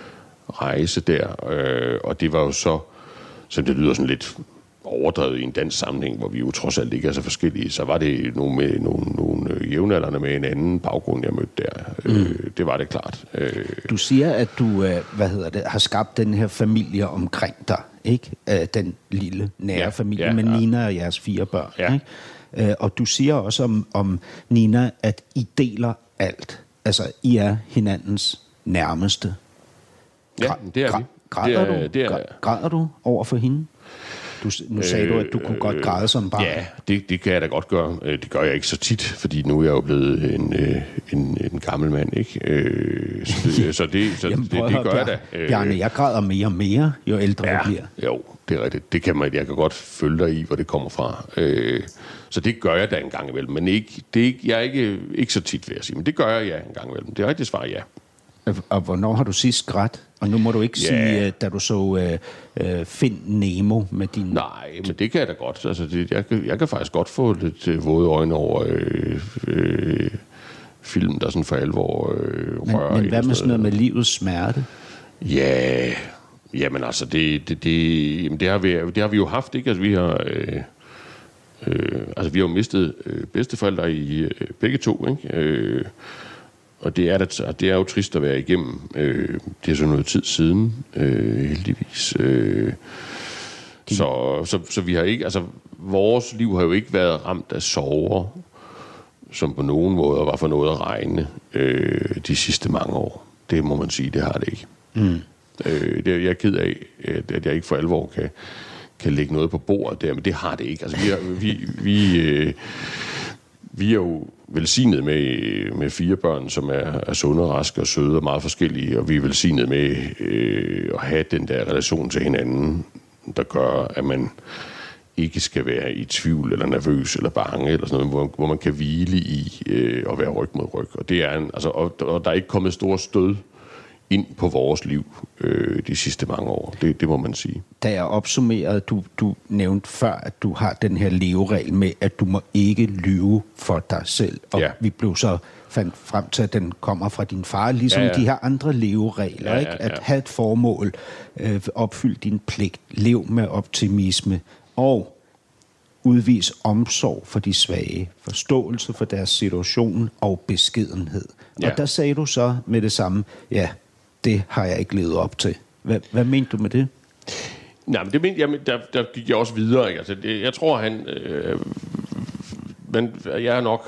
rejse der, øh, og det var jo så, som det lyder sådan lidt overdrevet i en dansk sammenhæng, hvor vi jo trods alt ikke er så forskellige, så var det nogle, med, nogle, nogle jævnaldrende med en anden baggrund, jeg mødte der. Mm. Øh, det var det klart. Øh. Du siger, at du hvad hedder det, har skabt den her familie omkring dig, ikke? Den lille, nære ja, familie ja, med ja. Nina og jeres fire børn. Ja. Ikke? Og du siger også om, om Nina, at I deler alt. Altså, I er hinandens nærmeste. Ja, det er vi. Græder, det er, du, det er, græder du over for hende? Du, nu sagde øh, du, at du kunne godt græde som barn. Ja, det, det kan jeg da godt gøre. Det gør jeg ikke så tit, fordi nu er jeg jo blevet en, en, en gammel mand, ikke? Så det, så det, så Jamen, det, det, det gør jeg da. Bjarne, jeg græder mere og mere, jo ældre ja, jeg bliver. Jo, det er rigtigt. Det kan man, jeg kan godt følge dig i, hvor det kommer fra. Så det gør jeg da en gang imellem. Men ikke, det er ikke, jeg er ikke, ikke så tit, vil jeg sige. Men det gør jeg ja en gang imellem. Det er rigtigt svar, ja. Og hvornår har du sidst grædt? Og nu må du ikke Ja. sige, da du så uh, Find Nemo med din... Nej, men det kan jeg da godt. Altså, det, jeg, kan, jeg kan faktisk godt få lidt øh, våde øjne over øh, øh, film, der sådan for alvor øh, rører. Men, men hvad ind med og sådan noget med livets smerte? Ja, jamen altså, det, det, det, jamen det, har, vi, det har vi jo haft, ikke? Altså, vi har... Øh, øh, altså, vi har jo mistet øh, bedsteforældre i øh, begge to, ikke? Øh, Og det er, det er jo trist at være igennem. Øh, det er så noget tid siden, øh, heldigvis. Øh, så, så, så vi har ikke, altså vores liv har jo ikke været ramt af sorger, som på nogen måde var for noget at regne øh, de sidste mange år. Det må man sige, det har det ikke. Mm. Øh, det er jeg er ked af, at, at jeg ikke for alvor kan, kan lægge noget på bordet der, men det har det ikke. Altså vi, har, vi, vi øh, Vi er jo velsignet med, med fire børn, som er, er sunde og raske og søde og meget forskellige, og vi er velsignet med øh, at have den der relation til hinanden, der gør, at man ikke skal være i tvivl eller nervøs eller bange, eller sådan noget, hvor, hvor man kan hvile i øh, at være ryg mod ryg. Og, det er en, altså, og, og der er ikke kommet store stød ind på vores liv øh, de sidste mange år. Det, det må man sige. Da jeg opsummerede, du, du nævnte før, at du har den her leveregel med, at du må ikke lyve for dig selv. Og Ja. vi blev så fandt frem til, at den kommer fra din far, ligesom Ja, ja, ja. ja. de her andre leveregler. Ja, ja, Ikke? At ja. have et formål, øh, opfylde din pligt, lev med optimisme og udvis omsorg for de svage, forståelse for deres situation og beskedenhed. Ja. Og der sagde du så med det samme, ja, det har jeg ikke levet op til. Hvad, hvad mente du med det? Nej, men det mente jeg, der, der gik jeg også videre. Ikke? Altså, det, jeg tror, han... Øh, men jeg er nok...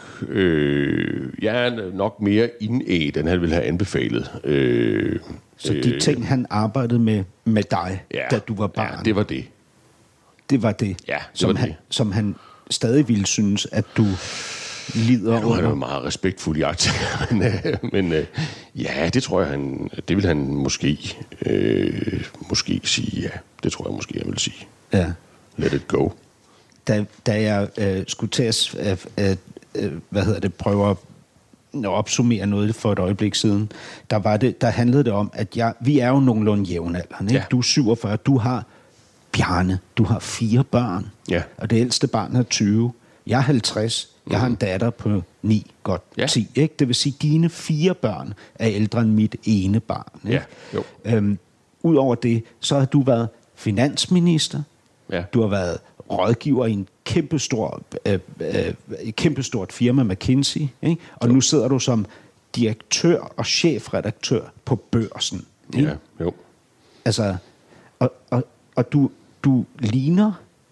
Øh, jeg er nok mere indædt, end han ville have anbefalet. Øh, Så de ting, han arbejdede med med dig, ja, da du var barn, Ja, det var det. det var det, Ja, det som, var han, det. som han stadig ville synes, at du lider Nu er han jo under. meget respektfuld i akt. men øh, men øh, ja, det tror jeg, han... Det vil han måske... Øh, måske sige, ja. Det tror jeg måske, jeg vil sige. Ja. Let it go. Da, da jeg øh, skulle til at øh, øh, øh, hvad hedder det, prøve at opsummere noget for et øjeblik siden, der, var det, der handlede det om, at jeg, vi er jo nogenlunde jævnaldrende. Ja. Du er syvogfyrre, du har Bjarne, du har fire børn, Ja. og det ældste barn er tyve. Jeg er halvtreds, jeg har en datter på ni, godt Ja. ti. Ikke? Det vil sige, at dine fire børn er ældre end mit ene barn. Ikke? Ja, jo. Øhm, Udover det, så har du været finansminister, Ja. du har været rådgiver i en kæmpestor, øh, øh, et kæmpestort firma, McKinsey, ikke? Og nu sidder du som direktør og chefredaktør på Børsen. Ikke? Ja, jo. Altså, og, og, og du, du ligner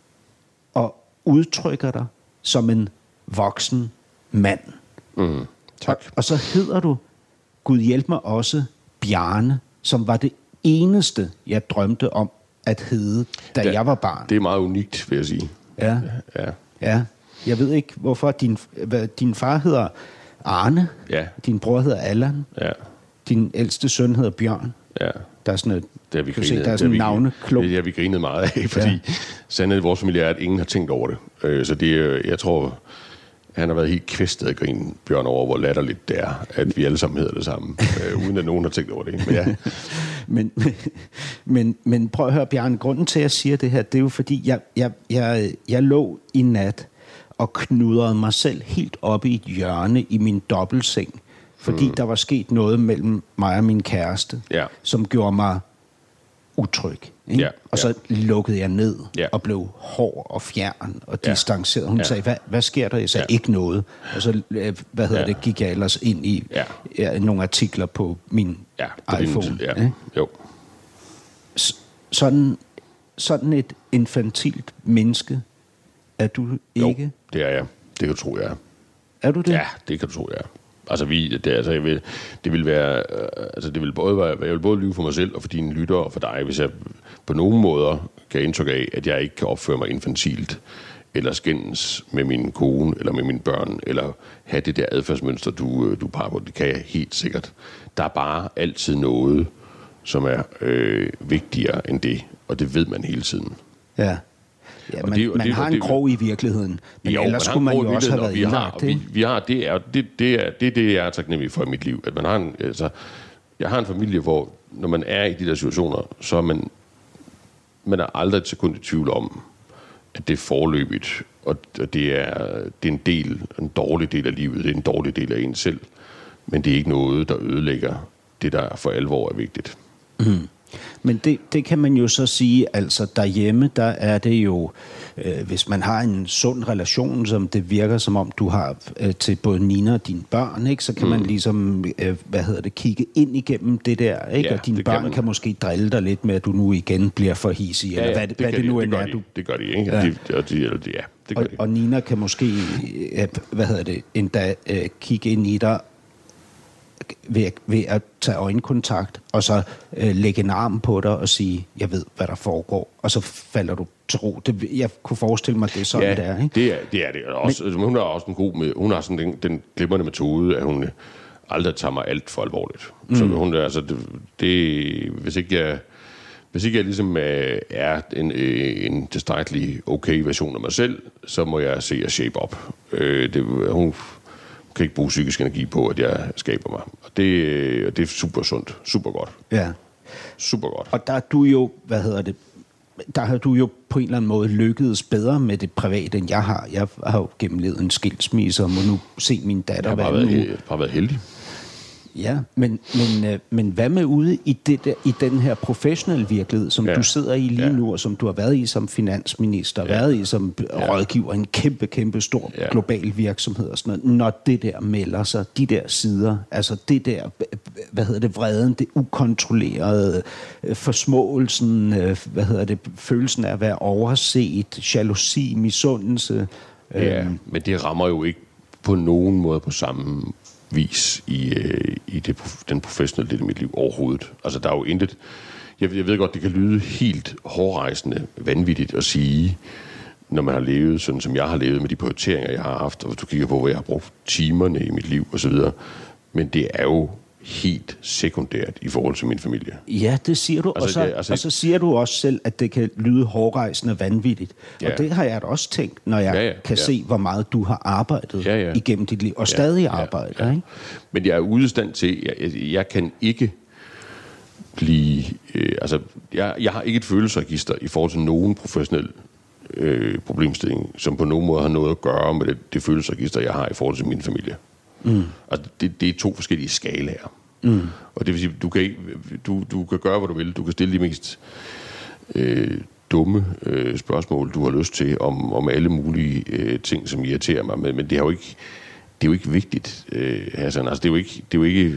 og udtrykker dig som en voksen mand. Mm, tak. Og, og så hedder du, Gud hjælp mig også, Bjarne, som var det eneste, jeg drømte om at hedde, da Ja, jeg var barn. Det er meget unikt, vil jeg sige. Ja, Ja. ja. Jeg ved ikke, hvorfor. Din, hvad, din far hedder Arne, Ja. din bror hedder Allan, Ja. din ældste søn hedder Bjørn. Ja. Der er sådan et, Det har vi kan du se, grinet, der er det sådan en har vi- navneklub. Det har vi grinet meget af, fordi Ja. ja. sandheden i vores familie er, at ingen har tænkt over det. Øh, Så det, er- jeg tror, han har været helt kvæstet af grin, Bjørn, over, hvor latterligt det er, at vi alle sammen hedder det samme, øh, uden at nogen har tænkt over det. Men ja, Men, men, men prøv at høre, Bjarne, grunden til, at jeg siger det her, det er jo fordi, jeg, jeg, jeg, jeg lå i nat og knudrede mig selv helt oppe i et hjørne i min dobbeltseng, fordi mm. der var sket noget mellem mig og min kæreste, Ja. som gjorde mig utryg. Ikke? Ja, Og så ja. lukkede jeg ned Ja. og blev hård og fjern og Ja. distanceret. Hun Ja. sagde, hvad, hvad sker der? Jeg sagde, Ja. ikke noget. Og så øh, hvad hedder Ja. det, gik jeg ellers ind i Ja. ja, nogle artikler på min ja, på din iPhone. tid, ja. ikke? Jo. S- sådan, sådan et infantilt menneske er du ikke? Jo, det er jeg. Det kan du tro, jeg er. Er du det? Ja, det kan du tro, jeg er. Altså, vi, det, altså, jeg vil, det vil være, øh, altså, det vil både være, jeg vil både lyve for mig selv og for dine lyttere og for dig, hvis jeg på nogen måder kan indtrykke af, at jeg ikke kan opføre mig infantilt, eller skændes med min kone, eller med mine børn, eller have det der adfærdsmønster, du, du peger på. Det kan jeg helt sikkert. Der er bare altid noget, som er øh, vigtigere end det, og det ved man hele tiden. Ja. Ja, Og man, det- og man det- har og en det- krog i virkeligheden, men Jo, ellers har skulle man en jo grå også have virkelighed, været og indlagt. vi har, ikke? vi, vi har, det er det, det er det er det, jeg er taknemmelig for i mit liv, at man har en, altså, jeg har en familie, hvor når man er i de der situationer, så er man, man er aldrig et sekund i tvivl om, at det er forløbigt, og det er, det er en del, en dårlig del af livet, det er en dårlig del af en selv, men det er ikke noget, der ødelægger det, der for alvor er vigtigt. Mm. Men det, det kan man jo så sige, altså derhjemme, der er det jo, øh, hvis man har en sund relation, som det virker som om du har øh, til både Nina og dine børn, ikke, så kan mm. man ligesom, øh, hvad hedder det, kigge ind igennem det der, ikke? Ja, og dine børn kan, kan måske drille dig lidt med, at du nu igen bliver for hissig, ja, ja, eller hvad det, hvad det de, nu det end er. De, Du... Det gør de, ikke? Ja. De, de, de, de, ja, det gør og, de. og Nina kan måske, øh, hvad hedder det, endda øh, kigge ind i dig, Ved, ved at tage øjenkontakt, og så øh, lægge en arm på dig og sige, jeg ved, hvad der foregår, og så falder du til ro. Det, jeg kunne forestille mig, det er sådan, ja, det er, ikke? det er det. Er det. Også, Men, hun har også en god med, hun har sådan den, den glimrende metode, at hun aldrig tager mig alt for alvorligt. Mm. Så hun, altså, det, det, hvis ikke jeg, hvis ikke jeg ligesom øh, er en, øh, en tilstrækkelig okay version af mig selv, så må jeg se at shape op. Øh, det, hun kan ikke bruge psykisk energi på, at jeg skaber mig. Og det, og det er super sundt. Super godt. Ja. Super godt. Og der er du jo, hvad hedder det, der har du jo på en eller anden måde lykkedes bedre med det private, end jeg har. Jeg har jo gennemlevet en skilsmisse, og må nu se min datter jeg har hver uge. Jeg har bare været heldig. Ja, men, men, øh, men hvad med ude i, det der, i den her professionelle virkelighed, som ja. du sidder i lige ja. nu, og som du har været i som finansminister, ja. været i som ja. rådgiver i en kæmpe, kæmpe stor ja. global virksomhed og sådan noget, når det der melder sig, de der sider, altså det der, hvad hedder det, vreden, det ukontrollerede, forsmåelsen, hvad hedder det, følelsen af at være overset, jalousi, misundelse. Ja, øh, men det rammer jo ikke på nogen måde på samme vis i, øh, i det, den professionelle del af mit liv overhovedet. Altså, der er jo intet... Jeg, jeg ved godt, det kan lyde helt hårdrejsende, vanvittigt at sige, når man har levet sådan, som jeg har levet med de prioriteringer, jeg har haft, og hvis du kigger på, hvor jeg har brugt timerne i mit liv osv., men det er jo helt sekundært i forhold til min familie. Ja, det siger du. Altså, og, så, ja, altså, og så siger du også selv, at det kan lyde hårdrejsende vanvittigt. Ja. Og det har jeg da også tænkt, når jeg ja, ja, kan ja. se, hvor meget du har arbejdet ja, ja. igennem dit liv, og ja, stadig ja, arbejder. Ja. Ikke? Men jeg er ude i stand til, jeg, jeg, jeg kan ikke blive... Øh, altså, jeg, jeg har ikke et følelsesregister i forhold til nogen professionel øh, problemstilling, som på nogen måde har noget at gøre med det, det følelsesregister, jeg har i forhold til min familie. Mm. Altså, det, det er to forskellige skalaer. Mm. Og det vil sige, du kan, ikke, du, du kan gøre, hvad du vil. Du kan stille de mest øh, dumme øh, spørgsmål, du har lyst til, om, om alle mulige øh, ting, som irriterer mig. Men, men det er jo ikke, det er jo ikke vigtigt, øh, Hassan. Altså, det er jo ikke... Det er jo ikke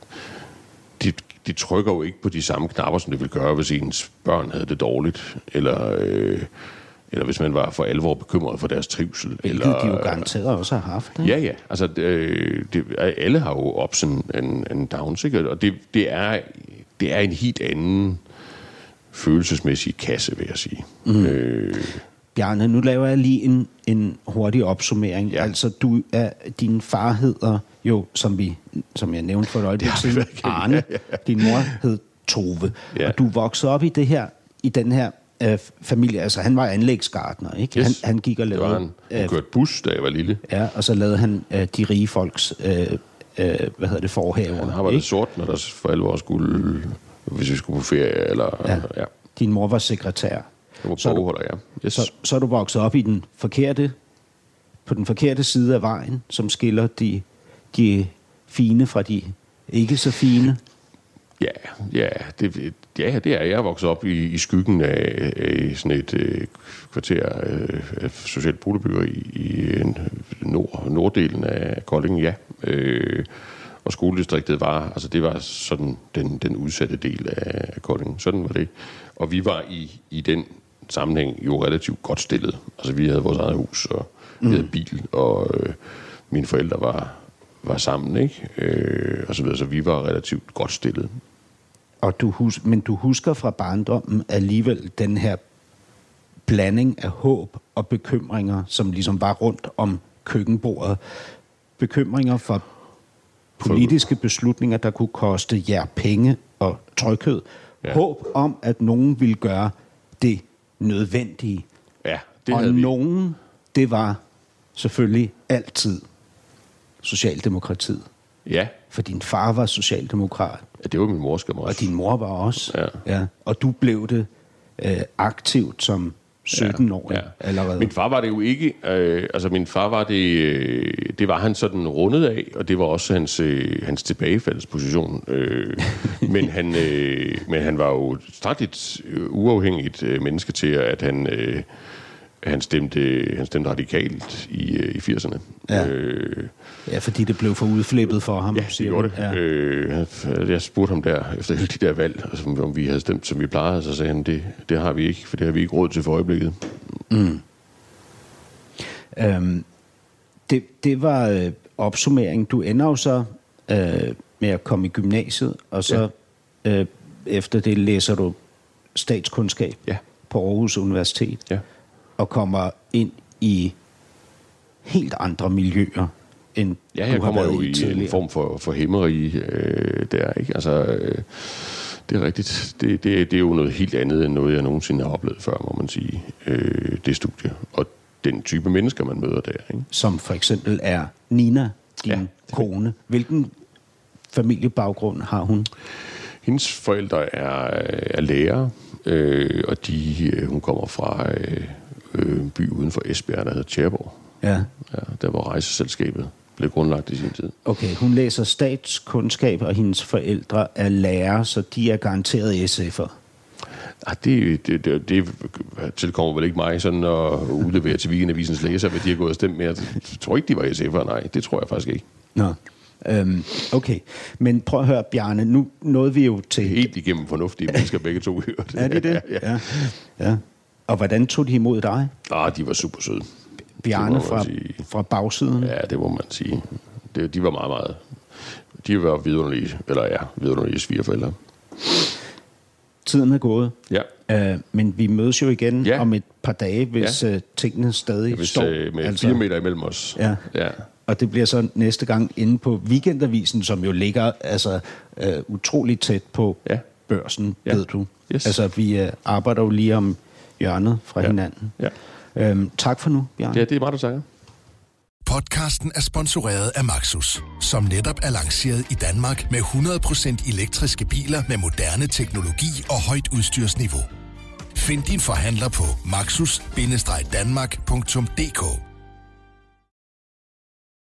det, det trykker jo ikke på de samme knapper, som det ville gøre, hvis ens børn havde det dårligt. Eller... Øh, eller hvis man var for alvor bekymret for deres trivsel. Hvilket eller, de jo garanteret også har haft. Ikke? Ja, ja. Altså, det, det, alle har jo ups and, and downs, ikke? Og det, det, er, det er en helt anden følelsesmæssig kasse, vil jeg sige. Mm. Øh, Bjarne, nu laver jeg lige en, en hurtig opsummering. Ja. Altså, du er, din far hedder jo, som, vi, som jeg nævnte for et øjeblik siden, Arne. Ja, ja, ja. Din mor hed Tove. Ja. Og du voksede op i det her, i den her øh, familie. Altså, han var anlægsgartner, ikke? Yes. Han, han gik og lavede... Det var han. Han kørte bus, da jeg var lille. Ja, og så lavede han øh, de rige folks, øh, øh, hvad hedder det, forhaver. Han arbejdede sort, når der for alvor skulle, hvis vi skulle på ferie, eller... Ja. Ja. Din mor var sekretær. Det var så, bogholder, ja. Yes. Så, så er du vokset op i den forkerte, på den forkerte side af vejen, som skiller de, de fine fra de ikke så fine. Ja, ja, det, ja, det er jeg. Jeg er vokset op i, i skyggen af, af sådan et øh, kvarter øh, af socialt boligbyggeri i en nord, norddelen af Kolding, ja. Øh, og skoledistriktet var, altså det var sådan den, den udsatte del af Kolding. Sådan var det. Og vi var i, i den sammenhæng jo relativt godt stillet. Altså vi havde vores eget hus, og vi havde bil, og øh, mine forældre var, var sammen, ikke? Øh, og så videre, så vi var relativt godt stillet. Og du hus- men du husker fra barndommen alligevel den her blanding af håb og bekymringer, som ligesom var rundt om køkkenbordet. Bekymringer for politiske beslutninger, der kunne koste jer penge og tryghed. Ja. Håb om, at nogen ville gøre det nødvendige. Ja, det og havde vi. nogen, det var selvfølgelig altid Socialdemokratiet. Ja. For din far var socialdemokrat. Ja, det var min mor, skam også. Og din mor var også. Ja. Ja. Og du blev det øh, aktivt som sytten-årig ja, ja. allerede. Min far var det jo ikke. Øh, altså, min far var det... Øh, det var han sådan rundet af, og det var også hans, øh, hans tilbagefaldsposition. Øh, men, han, øh, men han var jo strækkeligt øh, uafhængigt øh, menneske til, at han... Øh, Han stemte, han stemte radikalt i, i firserne. Ja. Øh, ja, fordi det blev for udflippet for ham. ja, det gjorde det. Ja. Øh, jeg spurgte ham der, efter de der valg, altså, om vi havde stemt, som vi plejede, så sagde han, det, det har vi ikke, for det har vi ikke råd til for øjeblikket. Mm. Øhm, det, det var øh, opsummering. Du ender jo så øh, med at komme i gymnasiet, og så ja. øh, efter det læser du statskundskab ja. på Aarhus Universitet. Ja. Og kommer ind i helt andre miljøer, end ja, jeg du har kommer været jo i, i tidligere. en form for, for hæmmeri øh, der, ikke? Altså, øh, det er rigtigt. Det, det, det er jo noget helt andet, end noget, jeg nogensinde har oplevet før, må man sige, øh, det studie. Og den type mennesker, man møder der, ikke? Som for eksempel er Nina, din ja, kone. Hvilken familiebaggrund har hun? Hendes forældre er, er lærere, øh, og de, hun kommer fra øh, en by uden for Esbjerg, der hedder Tjæreborg. Ja. Ja, der hvor rejseselskabet blev grundlagt i sin tid. Okay, hun læser statskundskab, og hendes forældre er lærere, så de er garanteret S F'er. Ah, det, det, det, det tilkommer vel ikke mig sådan at udlevere til Weekendavisens læser, hvad de har gået og stemt med. Jeg tror ikke, de var S F'er, nej. Det tror jeg faktisk ikke. Nå. Øhm, okay, men prøv at høre, Bjarne, nu nåede vi jo til... Helt igennem fornuftige mennesker, begge to hørt. Er det det? Ja, ja. Ja. ja. Og hvordan tog de imod dig? Ah, de var super søde. Bjarne fra, fra bagsiden? Ja, det må man sige. Det, de var meget, meget... De var vidunderlige, eller ja, vidunderlige svigerforældre. Tiden er gået. Ja. Øh, men vi mødes jo igen ja. om et par dage, hvis ja. uh, tingene stadig ja, hvis, står. Øh, med altså, fire meter imellem os. Ja. ja. Og det bliver så næste gang inde på Weekendavisen, som jo ligger altså uh, utroligt tæt på ja. Børsen, ja. ved du. Yes. Altså, vi uh, arbejder jo lige om hjørnet fra ja. hinanden. Ja. Øhm, tak for nu, Bjarne. Ja, det er meget, du takker. Podcasten er sponsoreret af Maxus, som netop er lanceret i Danmark med hundrede procent elektriske biler med moderne teknologi og højt udstyrsniveau. Find din forhandler på maxus bindestreg danmark punktum d k.